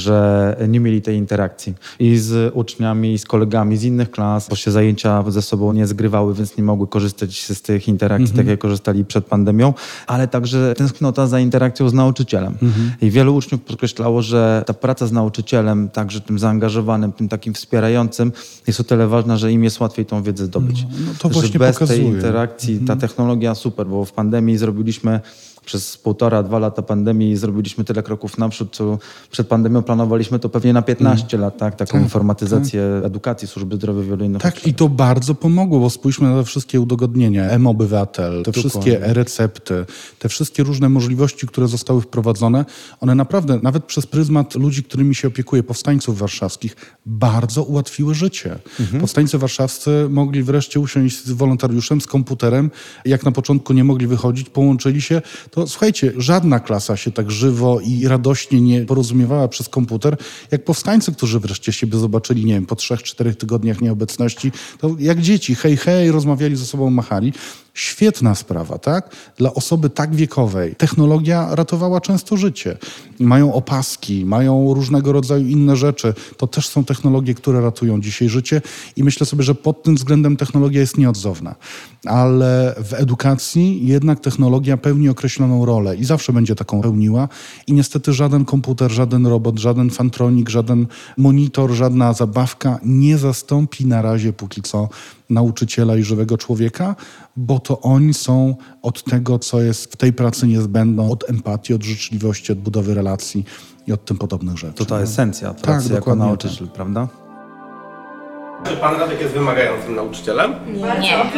że nie mieli tej interakcji. I z uczniami, i z kolegami z innych klas, bo się zajęcia ze sobą nie zgrywały, więc nie mogły korzystać z tych interakcji, mhm. tak jak korzystali przed pandemią, ale także tęsknota za interakcją z nauczycielem. Mhm. I wielu uczniów podkreślało, że ta praca z nauczycielem, także tym zaangażowanym, tym takim wspierającym, jest o tyle ważna, że im jest łatwiej tą wiedzę zdobyć. No, no to właśnie że bez pokazuje. tej interakcji ta technologia super, bo w pandemii zrobiliśmy przez półtora, dwa lata pandemii zrobiliśmy tyle kroków naprzód, co przed pandemią planowaliśmy to pewnie na piętnaście lat, tak? Taką tak, informatyzację tak. edukacji, służby zdrowia, wielu innych Tak, i to bardzo pomogło, bo spójrzmy na te wszystkie udogodnienia, M-Obywatel, te Dokładnie. wszystkie e-recepty, te wszystkie różne możliwości, które zostały wprowadzone, one naprawdę, nawet przez pryzmat ludzi, którymi się opiekuję, powstańców warszawskich, bardzo ułatwiły życie. Mhm. Powstańcy warszawscy mogli wreszcie usiąść z wolontariuszem, z komputerem, jak na początku nie mogli wychodzić, połączyli się. To słuchajcie, żadna klasa się tak żywo i radośnie nie porozumiewała przez komputer, jak powstańcy, którzy wreszcie siebie zobaczyli, nie wiem, po trzech, czterech tygodniach nieobecności, to jak dzieci, hej, hej, rozmawiali ze sobą, machali. Świetna sprawa, tak? Dla osoby tak wiekowej technologia ratowała często życie. Mają opaski, mają różnego rodzaju inne rzeczy. To też są technologie, które ratują dzisiaj życie i myślę sobie, że pod tym względem technologia jest nieodzowna. Ale w edukacji jednak technologia pełni określoną rolę i zawsze będzie taką pełniła i niestety żaden komputer, żaden robot, żaden fantronik, żaden monitor, żadna zabawka nie zastąpi na razie póki co nauczyciela i żywego człowieka, bo to oni są od tego, co jest w tej pracy niezbędne, od empatii, od życzliwości, od budowy relacji i od tym podobnych rzeczy. To ta esencja pracy tak, jako nauczyciel, tak. prawda? Czy pan Radek jest wymagającym nauczycielem? Nie.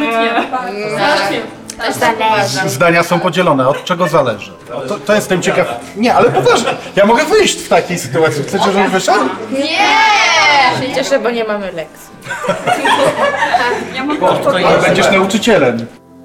Nie. Zależy. Zdania są podzielone. Od czego zależy? To, to jestem ciekaw. Nie, ale poważnie. Ja mogę wyjść w takiej sytuacji. Chcecie, żebym wyszedł? Nie! Się cieszę, bo nie mamy lekcji. Ja mam bo, ale będziesz nauczycielem.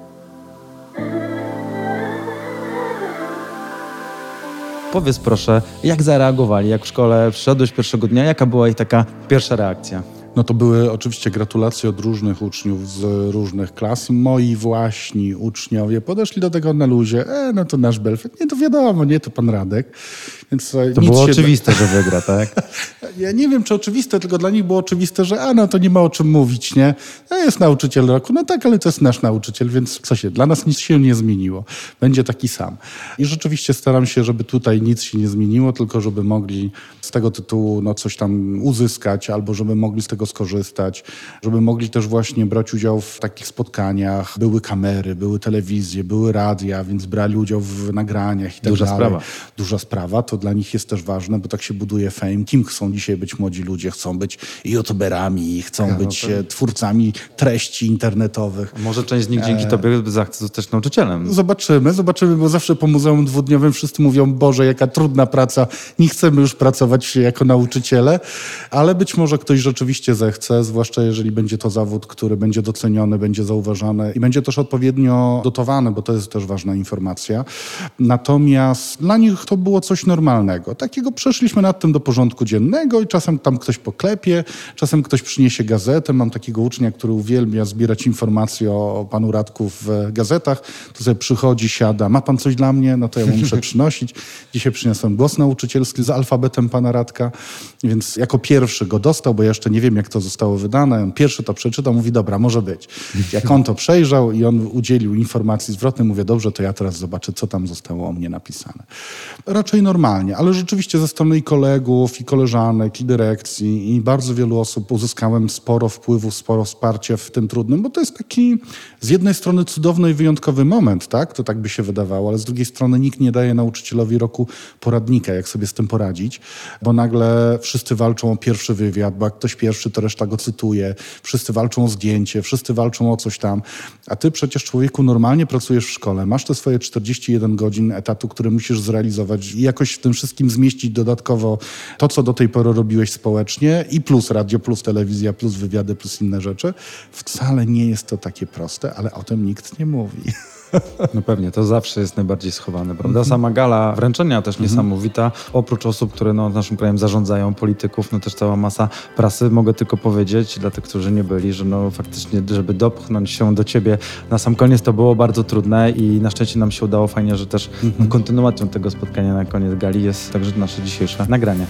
Powiedz proszę, jak zareagowali, jak w szkole wszedłeś pierwszego dnia, jaka była ich taka pierwsza reakcja? No to były oczywiście gratulacje od różnych uczniów z różnych klas. Moi właśnie uczniowie podeszli do tego na luzie. E, no to nasz Belfet. Nie, to wiadomo, nie, to pan Radek. Więc to nic było się oczywiste, do... że wygra, tak? Ja nie wiem, czy oczywiste, tylko dla nich było oczywiste, że a no to nie ma o czym mówić, nie? To jest nauczyciel roku. No tak, ale to jest nasz nauczyciel, więc co się, dla nas nic się nie zmieniło. Będzie taki sam. I rzeczywiście staram się, żeby tutaj nic się nie zmieniło, tylko żeby mogli z tego tytułu no coś tam uzyskać, albo żeby mogli z tego skorzystać, żeby mogli też właśnie brać udział w takich spotkaniach. Były kamery, były telewizje, były radia, więc brali udział w nagraniach i tak Duża dalej. sprawa. Duża sprawa. To dla nich jest też ważne, bo tak się buduje fame. Kim są dzisiaj dzisiaj być młodzi ludzie? Chcą być youtuberami, chcą ja, być no to... twórcami treści internetowych. Może część z nich dzięki e... tobie zachce zostać nauczycielem. Zobaczymy, zobaczymy, bo zawsze po muzeum dwudniowym wszyscy mówią, Boże, jaka trudna praca, nie chcemy już pracować jako nauczyciele, ale być może ktoś rzeczywiście zechce, zwłaszcza jeżeli będzie to zawód, który będzie doceniony, będzie zauważany i będzie też odpowiednio dotowany, bo to jest też ważna informacja. Natomiast dla nich to było coś normalnego. Takiego przeszliśmy nad tym do porządku dziennego i czasem tam ktoś poklepie, czasem ktoś przyniesie gazetę. Mam takiego ucznia, który uwielbia zbierać informacje o panu Radku w gazetach. To sobie przychodzi, siada. Ma pan coś dla mnie? No to ja mu muszę przynosić. Dzisiaj przyniosłem głos nauczycielski z alfabetem pana Radka, więc jako pierwszy go dostał, bo ja jeszcze nie wiem, jak to zostało wydane. On pierwszy to przeczytał, mówi, dobra, może być. Jak on to przejrzał i on udzielił informacji zwrotnej, mówię, dobrze, to ja teraz zobaczę, co tam zostało o mnie napisane. Raczej normalnie, ale rzeczywiście ze strony i kolegów, i koleżanek, i dyrekcji, i bardzo wielu osób uzyskałem sporo wpływów, sporo wsparcia w tym trudnym, bo to jest taki z jednej strony cudowny i wyjątkowy moment, tak? To tak by się wydawało, ale z drugiej strony nikt nie daje nauczycielowi roku poradnika, jak sobie z tym poradzić, bo nagle wszyscy walczą o pierwszy wywiad, bo jak ktoś pierwszy, to reszta go cytuje, wszyscy walczą o zdjęcie, wszyscy walczą o coś tam, a ty przecież, człowieku, normalnie pracujesz w szkole, masz te swoje czterdzieści jeden godzin etatu, które musisz zrealizować i jakoś w tym wszystkim zmieścić dodatkowo to, co do tej pory robiłeś społecznie i plus radio, plus telewizja, plus wywiady, plus inne rzeczy. Wcale nie jest to takie proste, ale o tym nikt nie mówi. No pewnie, to zawsze jest najbardziej schowane, prawda? Mm-hmm. Sama gala wręczenia też mm-hmm. niesamowita. Oprócz osób, które no, naszym krajem zarządzają, polityków, no też cała masa prasy. Mogę tylko powiedzieć dla tych, którzy nie byli, że no faktycznie, żeby dopchnąć się do ciebie na sam koniec, to było bardzo trudne i na szczęście nam się udało. Fajnie, że też mm-hmm. kontynuacją tego spotkania na koniec gali jest także nasze dzisiejsze nagranie.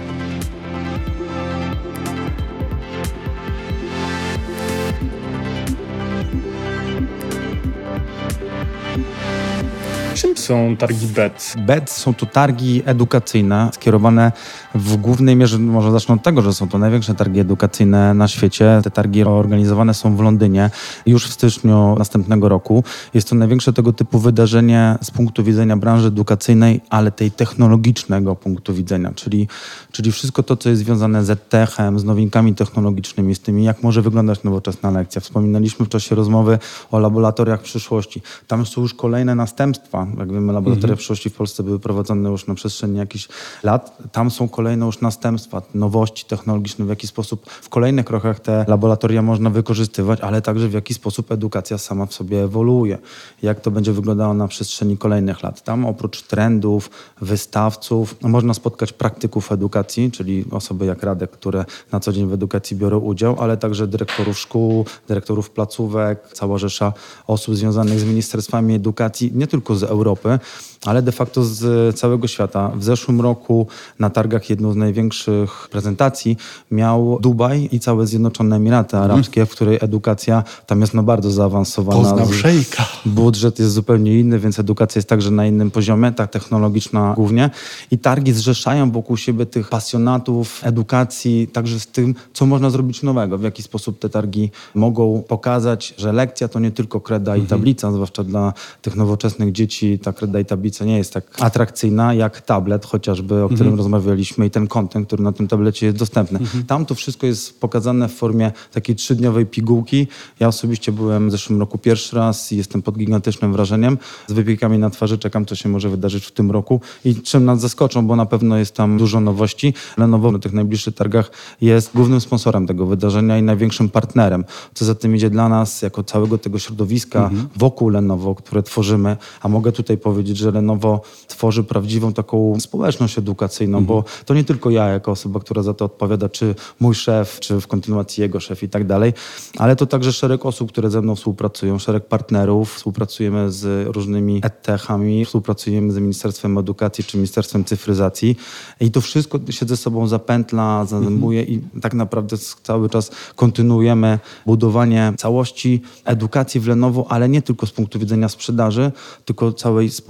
Czym są targi B E T? B E T są to targi edukacyjne skierowane w głównej mierze, może zacznę od tego, że są to największe targi edukacyjne na świecie. Te targi organizowane są w Londynie już w styczniu następnego roku. Jest to największe tego typu wydarzenie z punktu widzenia branży edukacyjnej, ale tej technologicznego punktu widzenia, czyli, czyli wszystko to, co jest związane z edtechem, z nowinkami technologicznymi, z tymi, jak może wyglądać nowoczesna lekcja. Wspominaliśmy w czasie rozmowy o laboratoriach przyszłości. Tam są już kolejne następstwa. Jak wiemy, laboratoria mm-hmm. przyszłości w Polsce były prowadzone już na przestrzeni jakichś lat. Tam są kolejne już następstwa, nowości technologiczne, w jaki sposób w kolejnych krokach te laboratoria można wykorzystywać, ale także w jaki sposób edukacja sama w sobie ewoluuje. Jak to będzie wyglądało na przestrzeni kolejnych lat. Tam oprócz trendów, wystawców, no, można spotkać praktyków edukacji, czyli osoby jak Radek, które na co dzień w edukacji biorą udział, ale także dyrektorów szkół, dyrektorów placówek, cała rzesza osób związanych z ministerstwami edukacji, nie tylko z Europy, ale de facto z całego świata. W zeszłym roku na targach jedną z największych prezentacji miał Dubaj i całe Zjednoczone Emiraty Arabskie, w której edukacja tam jest no bardzo zaawansowana. Poznał szejka. Budżet jest zupełnie inny, więc edukacja jest także na innym poziomie, ta technologiczna głównie. I targi zrzeszają wokół siebie tych pasjonatów edukacji, także z tym, co można zrobić nowego, w jaki sposób te targi mogą pokazać, że lekcja to nie tylko kreda i tablica, mhm. zwłaszcza dla tych nowoczesnych dzieci ta kreda i tablica nie jest tak atrakcyjna jak tablet chociażby, o którym mhm. rozmawialiśmy i ten content, który na tym tablecie jest dostępny. Mhm. Tam to wszystko jest pokazane w formie takiej trzydniowej pigułki. Ja osobiście byłem w zeszłym roku pierwszy raz i jestem pod gigantycznym wrażeniem. Z wypiekami na twarzy czekam, co się może wydarzyć w tym roku i czym nas zaskoczą, bo na pewno jest tam dużo nowości. Lenovo na tych najbliższych targach jest głównym sponsorem tego wydarzenia i największym partnerem. Co za tym idzie dla nas, jako całego tego środowiska mhm. wokół Lenovo, które tworzymy, a mogę tutaj powiedzieć, że Lenovo tworzy prawdziwą taką społeczność edukacyjną, mhm. bo to nie tylko ja jako osoba, która za to odpowiada, czy mój szef, czy w kontynuacji jego szef i tak dalej, ale to także szereg osób, które ze mną współpracują, szereg partnerów, współpracujemy z różnymi edtechami, współpracujemy z Ministerstwem Edukacji czy Ministerstwem Cyfryzacji i to wszystko się ze sobą zapętla, zazębuje mhm. i tak naprawdę cały czas kontynuujemy budowanie całości edukacji w Lenovo, ale nie tylko z punktu widzenia sprzedaży, tylko całej społeczności,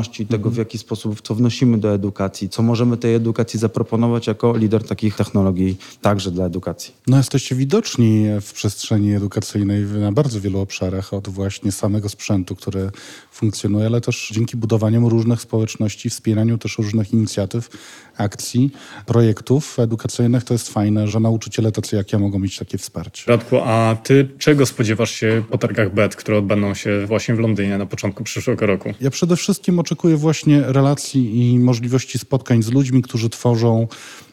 społeczności, tego w jaki sposób, co wnosimy do edukacji, co możemy tej edukacji zaproponować jako lider takich technologii także dla edukacji. No jesteście widoczni w przestrzeni edukacyjnej na bardzo wielu obszarach, od właśnie samego sprzętu, który funkcjonuje, ale też dzięki budowaniu różnych społeczności, wspieraniu też różnych inicjatyw, akcji, projektów edukacyjnych. To jest fajne, że nauczyciele tacy jak ja mogą mieć takie wsparcie. Radku, a ty czego spodziewasz się po targach B E T, które odbędą się właśnie w Londynie na początku przyszłego roku? Ja przede wszystkim oczekuję właśnie relacji i możliwości spotkań z ludźmi, którzy tworzą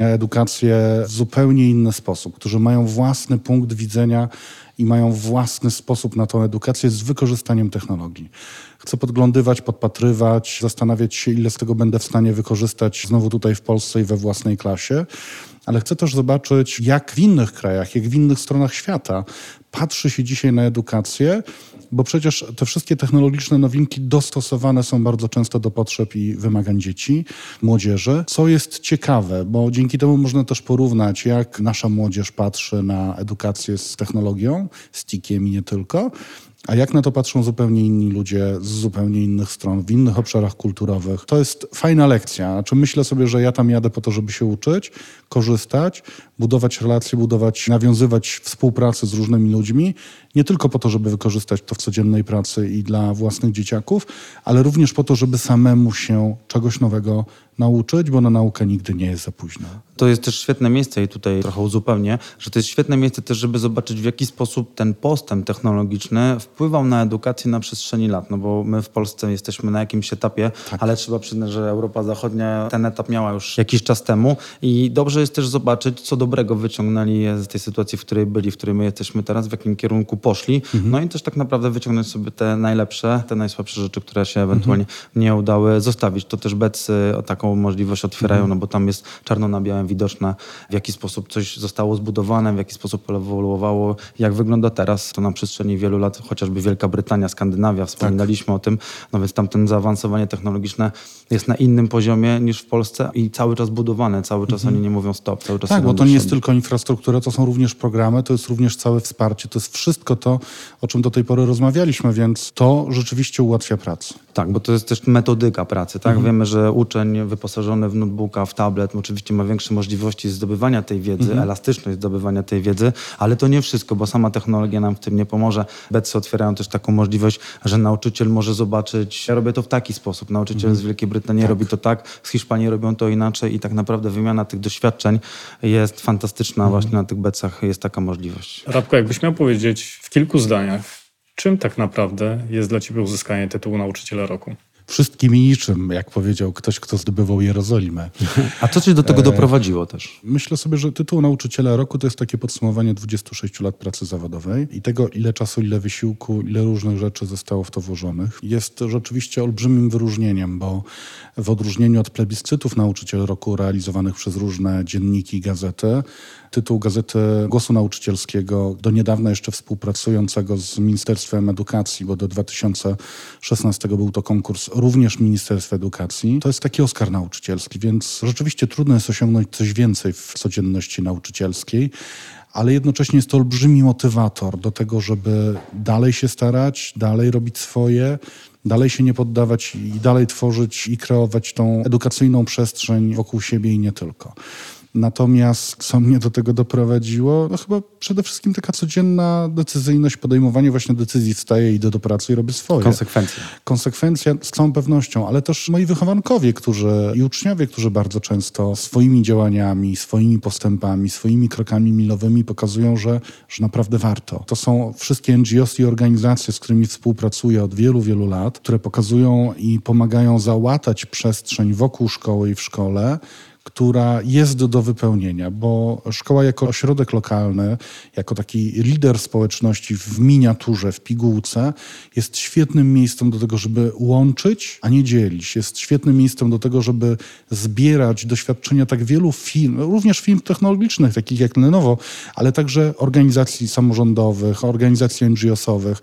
edukację w zupełnie inny sposób, którzy mają własny punkt widzenia i mają własny sposób na tą edukację z wykorzystaniem technologii. Chcę podglądywać, podpatrywać, zastanawiać się, ile z tego będę w stanie wykorzystać znowu tutaj w Polsce i we własnej klasie, ale chcę też zobaczyć, jak w innych krajach, jak w innych stronach świata patrzy się dzisiaj na edukację, bo przecież te wszystkie technologiczne nowinki dostosowane są bardzo często do potrzeb i wymagań dzieci, młodzieży, co jest ciekawe, bo dzięki temu można też porównać, jak nasza młodzież patrzy na edukację z technologią, z tikiem i nie tylko, a jak na to patrzą zupełnie inni ludzie z zupełnie innych stron, w innych obszarach kulturowych. To jest fajna lekcja. Znaczy myślę sobie, że ja tam jadę po to, żeby się uczyć, korzystać, budować relacje, budować, nawiązywać współpracę z różnymi ludźmi. Nie tylko po to, żeby wykorzystać to w codziennej pracy i dla własnych dzieciaków, ale również po to, żeby samemu się czegoś nowego nauczyć, bo na naukę nigdy nie jest za późno. To jest też świetne miejsce i tutaj trochę uzupełnię, że to jest świetne miejsce też, żeby zobaczyć, w jaki sposób ten postęp technologiczny wpływał na edukację na przestrzeni lat. No bo my w Polsce jesteśmy na jakimś etapie, tak. ale trzeba przyznać, że Europa Zachodnia ten etap miała już jakiś czas temu i dobrze jest też zobaczyć, co dobrego wyciągnęli z tej sytuacji, w której byli, w której my jesteśmy teraz, w jakim kierunku poszli. Mhm. No i też tak naprawdę wyciągnąć sobie te najlepsze, te najsłabsze rzeczy, które się ewentualnie mhm. nie udały zostawić. To też B E C y taką możliwość otwierają, mhm. no bo tam jest czarno na białym widoczne, w jaki sposób coś zostało zbudowane, w jaki sposób ewoluowało, jak wygląda teraz. To na przestrzeni wielu lat, chociażby Wielka Brytania, Skandynawia, wspominaliśmy tak. o tym, no więc tam ten zaawansowanie technologiczne jest na innym poziomie niż w Polsce i cały czas budowane, cały czas mhm. oni nie mówią stop, cały czas tak, bo to nie jest tylko infrastruktura, to są również programy, to jest również całe wsparcie, to jest wszystko to, o czym do tej pory rozmawialiśmy, więc to rzeczywiście ułatwia pracę. Tak, bo to jest też metodyka pracy, tak? Mhm. Wiemy, że uczeń wyposażony w notebooka, w tablet oczywiście ma większe możliwości zdobywania tej wiedzy, mhm. elastyczność zdobywania tej wiedzy, ale to nie wszystko, bo sama technologia nam w tym nie pomoże. B E C y otwierają też taką możliwość, że nauczyciel może zobaczyć, ja robię to w taki sposób, nauczyciel mhm. z Wielkiej Brytanii tak. robi to tak, z Hiszpanii robią to inaczej i tak naprawdę wymiana tych doświadczeń jest fantastyczna, mhm. właśnie na tych B E C ach jest taka możliwość. Radku, jakbyś miał powiedzieć w kilku zdaniach, czym tak naprawdę jest dla ciebie uzyskanie tytułu Nauczyciela Roku? Wszystkim i niczym, jak powiedział ktoś, kto zdobywał Jerozolimę. A co cię do tego doprowadziło też? Myślę sobie, że tytuł Nauczyciela Roku to jest takie podsumowanie dwudziestu sześciu lat pracy zawodowej i tego, ile czasu, ile wysiłku, ile różnych rzeczy zostało w to włożonych. Jest rzeczywiście olbrzymim wyróżnieniem, bo w odróżnieniu od plebiscytów Nauczyciel Roku realizowanych przez różne dzienniki i gazety, tytuł Gazety Głosu Nauczycielskiego, do niedawna jeszcze współpracującego z Ministerstwem Edukacji, bo do dwa tysiące szesnastego był to konkurs również Ministerstwa Edukacji. To jest taki Oskar nauczycielski, więc rzeczywiście trudno jest osiągnąć coś więcej w codzienności nauczycielskiej, ale jednocześnie jest to olbrzymi motywator do tego, żeby dalej się starać, dalej robić swoje, dalej się nie poddawać i dalej tworzyć i kreować tą edukacyjną przestrzeń wokół siebie i nie tylko. Natomiast co mnie do tego doprowadziło? No chyba przede wszystkim taka codzienna decyzyjność, podejmowanie właśnie decyzji. Wstaję, idę do pracy i robię swoje. Konsekwencja. Konsekwencja z całą pewnością, ale też moi wychowankowie, którzy i uczniowie, którzy bardzo często swoimi działaniami, swoimi postępami, swoimi krokami milowymi pokazują, że, że naprawdę warto. To są wszystkie N G O s i organizacje, z którymi współpracuję od wielu, wielu lat, które pokazują i pomagają załatać przestrzeń wokół szkoły i w szkole, która jest do wypełnienia, bo szkoła jako ośrodek lokalny, jako taki lider społeczności w miniaturze, w pigułce, jest świetnym miejscem do tego, żeby łączyć, a nie dzielić. Jest świetnym miejscem do tego, żeby zbierać doświadczenia tak wielu firm, również firm technologicznych, takich jak Lenovo, ale także organizacji samorządowych, organizacji N G O sowych,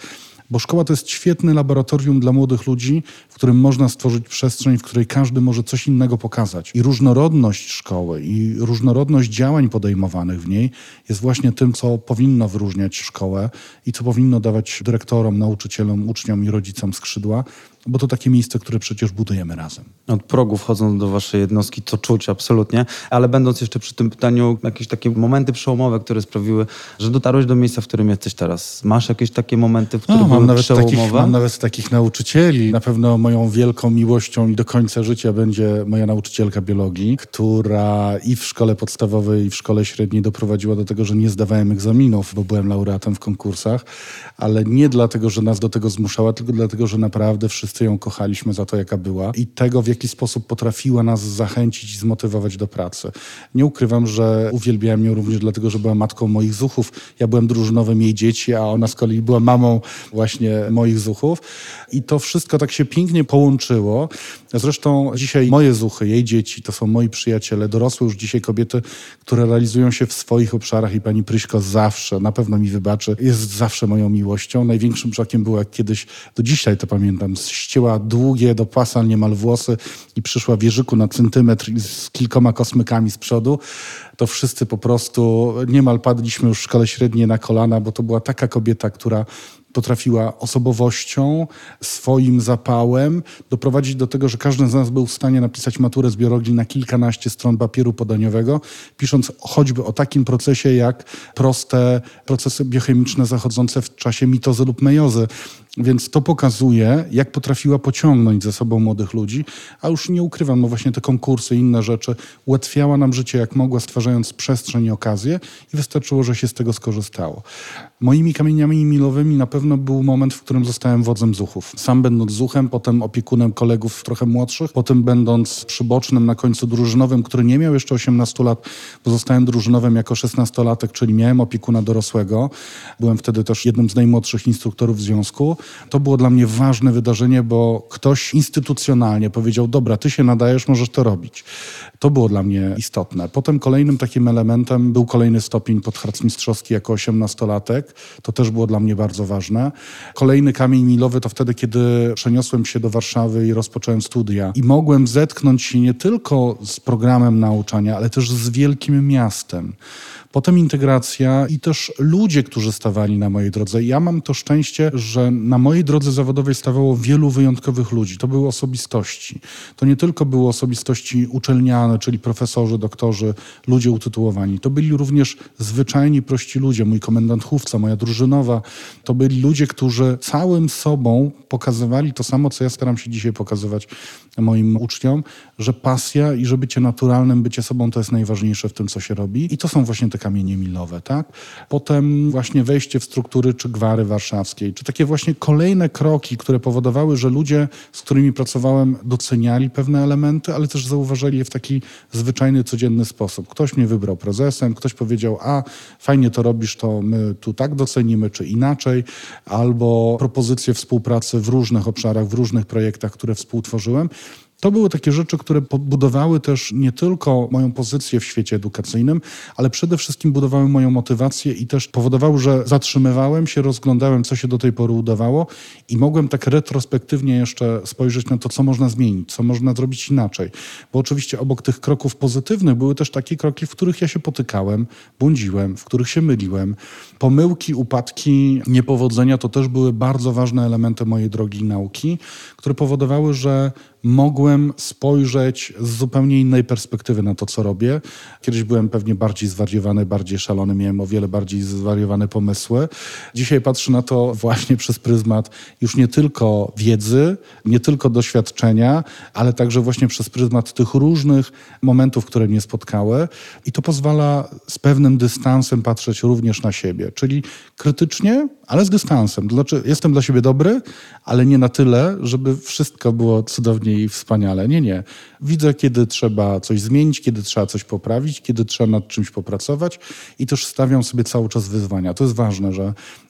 Bo szkoła to jest świetne laboratorium dla młodych ludzi, w którym można stworzyć przestrzeń, w której każdy może coś innego pokazać. I różnorodność szkoły i różnorodność działań podejmowanych w niej jest właśnie tym, co powinno wyróżniać szkołę i co powinno dawać dyrektorom, nauczycielom, uczniom i rodzicom skrzydła, bo to takie miejsce, które przecież budujemy razem. Od progu wchodząc do waszej jednostki to czuć absolutnie, ale będąc jeszcze przy tym pytaniu, jakieś takie momenty przełomowe, które sprawiły, że dotarłeś do miejsca, w którym jesteś teraz. Masz jakieś takie momenty, w których no, były mam nawet przełomowe? Takich, mam nawet takich nauczycieli. Na pewno moją wielką miłością i do końca życia będzie moja nauczycielka biologii, która i w szkole podstawowej, i w szkole średniej doprowadziła do tego, że nie zdawałem egzaminów, bo byłem laureatem w konkursach, ale nie dlatego, że nas do tego zmuszała, tylko dlatego, że naprawdę wszyscy ją kochaliśmy za to, jaka była i tego, w jaki sposób potrafiła nas zachęcić i zmotywować do pracy. Nie ukrywam, że uwielbiałem ją również dlatego, że była matką moich zuchów. Ja byłem drużynowym jej dzieci, a ona z kolei była mamą właśnie moich zuchów. I to wszystko tak się pięknie połączyło. Zresztą dzisiaj moje zuchy, jej dzieci, to są moi przyjaciele, dorosłe już dzisiaj kobiety, które realizują się w swoich obszarach i pani Pryśko zawsze, na pewno mi wybaczy, jest zawsze moją miłością. Największym szokiem było, jak kiedyś, do dzisiaj to pamiętam, ścięła długie do pasa niemal włosy i przyszła w jeżyku na centymetr z kilkoma kosmykami z przodu. To wszyscy po prostu niemal padliśmy już w szkole średniej na kolana, bo to była taka kobieta, która potrafiła osobowością, swoim zapałem doprowadzić do tego, że każdy z nas był w stanie napisać maturę z biologii na kilkanaście stron papieru podaniowego, pisząc choćby o takim procesie jak proste procesy biochemiczne zachodzące w czasie mitozy lub mejozy. Więc to pokazuje, jak potrafiła pociągnąć ze sobą młodych ludzi, a już nie ukrywam, no właśnie te konkursy i inne rzeczy ułatwiała nam życie jak mogła, stwarzając przestrzeń i okazję i wystarczyło, że się z tego skorzystało. Moimi kamieniami milowymi na pewno był moment, w którym zostałem wodzem zuchów. Sam będąc zuchem, potem opiekunem kolegów trochę młodszych, potem będąc przybocznym na końcu drużynowym, który nie miał jeszcze osiemnastu lat, bo zostałem drużynowym jako szesnastolatek, czyli miałem opiekuna dorosłego. Byłem wtedy też jednym z najmłodszych instruktorów w związku. To było dla mnie ważne wydarzenie, bo ktoś instytucjonalnie powiedział, dobra, ty się nadajesz, możesz to robić. To było dla mnie istotne. Potem kolejnym takim elementem był kolejny stopień podharcmistrzowski jako osiemnastolatek. To też było dla mnie bardzo ważne. Kolejny kamień milowy to wtedy, kiedy przeniosłem się do Warszawy i rozpocząłem studia. I mogłem zetknąć się nie tylko z programem nauczania, ale też z wielkim miastem. Potem integracja i też ludzie, którzy stawali na mojej drodze. Ja mam to szczęście, że na mojej drodze zawodowej stawało wielu wyjątkowych ludzi. To były osobistości. To nie tylko były osobistości uczelniane, czyli profesorzy, doktorzy, ludzie utytułowani. To byli również zwyczajni, prości ludzie. Mój komendant chówca, moja drużynowa. To byli ludzie, którzy całym sobą pokazywali to samo, co ja staram się dzisiaj pokazywać moim uczniom, że pasja i że bycie naturalnym, bycie sobą to jest najważniejsze w tym, co się robi. I to są właśnie te kamienie milowe, tak? Potem właśnie wejście w struktury czy gwary warszawskiej, czy takie właśnie kolejne kroki, które powodowały, że ludzie, z którymi pracowałem, doceniali pewne elementy, ale też zauważali je w taki zwyczajny, codzienny sposób. Ktoś mnie wybrał prezesem, ktoś powiedział, a fajnie to robisz, to my tu tak docenimy, czy inaczej, albo propozycje współpracy w różnych obszarach, w różnych projektach, które współtworzyłem. To były takie rzeczy, które budowały też nie tylko moją pozycję w świecie edukacyjnym, ale przede wszystkim budowały moją motywację i też powodowały, że zatrzymywałem się, rozglądałem, co się do tej pory udawało i mogłem tak retrospektywnie jeszcze spojrzeć na to, co można zmienić, co można zrobić inaczej. Bo oczywiście obok tych kroków pozytywnych były też takie kroki, w których ja się potykałem, błądziłem, w których się myliłem. Pomyłki, upadki, niepowodzenia to też były bardzo ważne elementy mojej drogi nauki, które powodowały, że mogłem spojrzeć z zupełnie innej perspektywy na to, co robię. Kiedyś byłem pewnie bardziej zwariowany, bardziej szalony, miałem o wiele bardziej zwariowane pomysły. Dzisiaj patrzę na to właśnie przez pryzmat już nie tylko wiedzy, nie tylko doświadczenia, ale także właśnie przez pryzmat tych różnych momentów, które mnie spotkały. I to pozwala z pewnym dystansem patrzeć również na siebie. Czyli krytycznie, ale z dystansem. To znaczy, jestem dla siebie dobry, ale nie na tyle, żeby wszystko było cudownie i wspaniale. Nie, nie. Widzę, kiedy trzeba coś zmienić, kiedy trzeba coś poprawić, kiedy trzeba nad czymś popracować i też stawiam sobie cały czas wyzwania. To jest ważne, że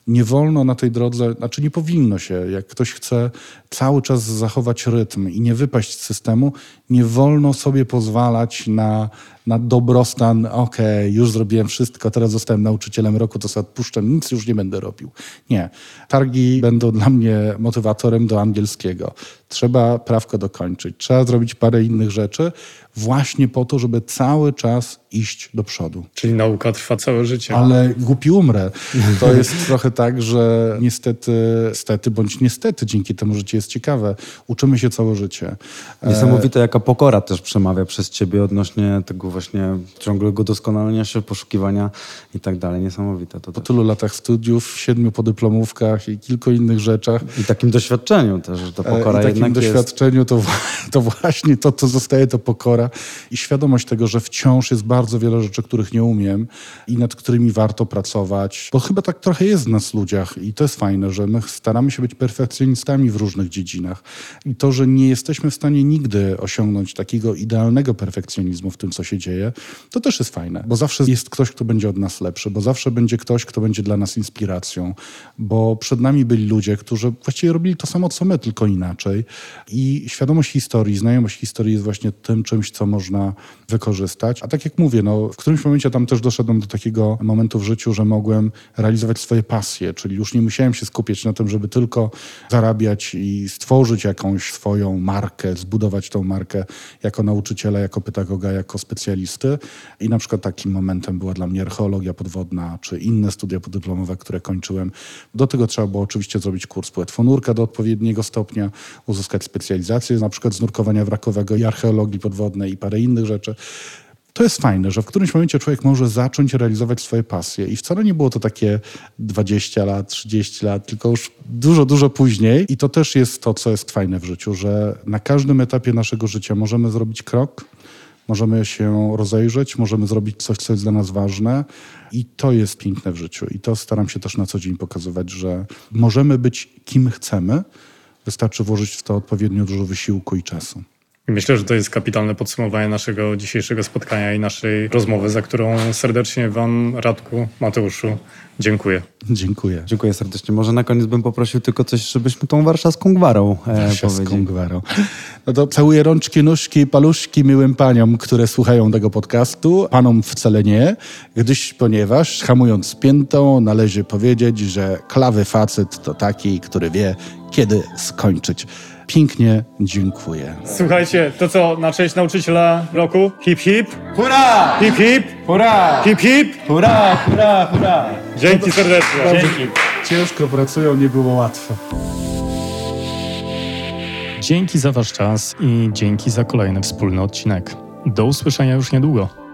Nie wolno na tej drodze, znaczy nie powinno się, jak ktoś chce cały czas zachować rytm i nie wypaść z systemu, nie wolno sobie pozwalać na, na dobrostan, okej, okay, już zrobiłem wszystko, teraz zostałem nauczycielem roku, to sobie odpuszczam, nic już nie będę robił. Nie. Targi będą dla mnie motywatorem do angielskiego. Trzeba prawko dokończyć, trzeba zrobić parę innych rzeczy właśnie po to, żeby cały czas iść do przodu. Czyli nauka trwa całe życie. Ale głupi umrę. To jest trochę tak, że niestety, stety bądź niestety, dzięki temu życie jest ciekawe. Uczymy się całe życie. Niesamowite, jaka pokora też przemawia przez ciebie odnośnie tego właśnie ciągłego doskonalenia się, poszukiwania i tak dalej. Niesamowite to Po też. tylu latach studiów, siedmiu podyplomówkach i kilku innych rzeczach. I takim doświadczeniu też, że ta pokora I takim jednak doświadczeniu jest... to, to właśnie to, co zostaje, to pokora i świadomość tego, że wciąż jest bardzo wiele rzeczy, których nie umiem i nad którymi warto pracować. Bo chyba tak trochę jest w nas ludziach i to jest fajne, że my staramy się być perfekcjonistami w różnych dziedzinach. I to, że nie jesteśmy w stanie nigdy osiągnąć takiego idealnego perfekcjonizmu w tym, co się dzieje, to też jest fajne. Bo zawsze jest ktoś, kto będzie od nas lepszy, bo zawsze będzie ktoś, kto będzie dla nas inspiracją. Bo przed nami byli ludzie, którzy właściwie robili to samo, co my, tylko inaczej. I świadomość historii, znajomość historii jest właśnie tym czymś, co można wykorzystać. A tak jak mówię, no, w którymś momencie tam też doszedłem do takiego momentu w życiu, że mogłem realizować swoje pasje, czyli już nie musiałem się skupiać na tym, żeby tylko zarabiać i stworzyć jakąś swoją markę, zbudować tą markę jako nauczyciela, jako pedagoga, jako specjalisty. I na przykład takim momentem była dla mnie archeologia podwodna, czy inne studia podyplomowe, które kończyłem. Do tego trzeba było oczywiście zrobić kurs płetwonurka do odpowiedniego stopnia, uzyskać specjalizację, na przykład z nurkowania wrakowego i archeologii podwodnej i parę innych rzeczy. To jest fajne, że w którymś momencie człowiek może zacząć realizować swoje pasje i wcale nie było to takie dwadzieścia lat, trzydzieści lat, tylko już dużo, dużo później. I to też jest to, co jest fajne w życiu, że na każdym etapie naszego życia możemy zrobić krok, możemy się rozejrzeć, możemy zrobić coś, co jest dla nas ważne i to jest piękne w życiu. I to staram się też na co dzień pokazywać, że możemy być kim chcemy, wystarczy włożyć w to odpowiednio dużo wysiłku i czasu. Myślę, że to jest kapitalne podsumowanie naszego dzisiejszego spotkania i naszej rozmowy, za którą serdecznie wam, Radku, Mateuszu, dziękuję. Dziękuję. Dziękuję serdecznie. Może na koniec bym poprosił tylko coś, żebyśmy tą warszawską gwarą e, Warszawską powiedzieli. gwarą. No to całuję rączki, nóżki i paluszki miłym paniom, które słuchają tego podcastu. Panom wcale nie, gdyż ponieważ hamując piętą należy powiedzieć, że klawy facet to taki, który wie, kiedy skończyć. Pięknie dziękuję. Słuchajcie, to co, na cześć nauczyciela roku? Hip hip? Hurra! Hip hip? Hurra! Hip hip? Hurra, hurra, hurra! Dzięki serdecznie. Dzięki. Ciężko pracują, nie było łatwo. Dzięki za wasz czas i dzięki za kolejny wspólny odcinek. Do usłyszenia już niedługo.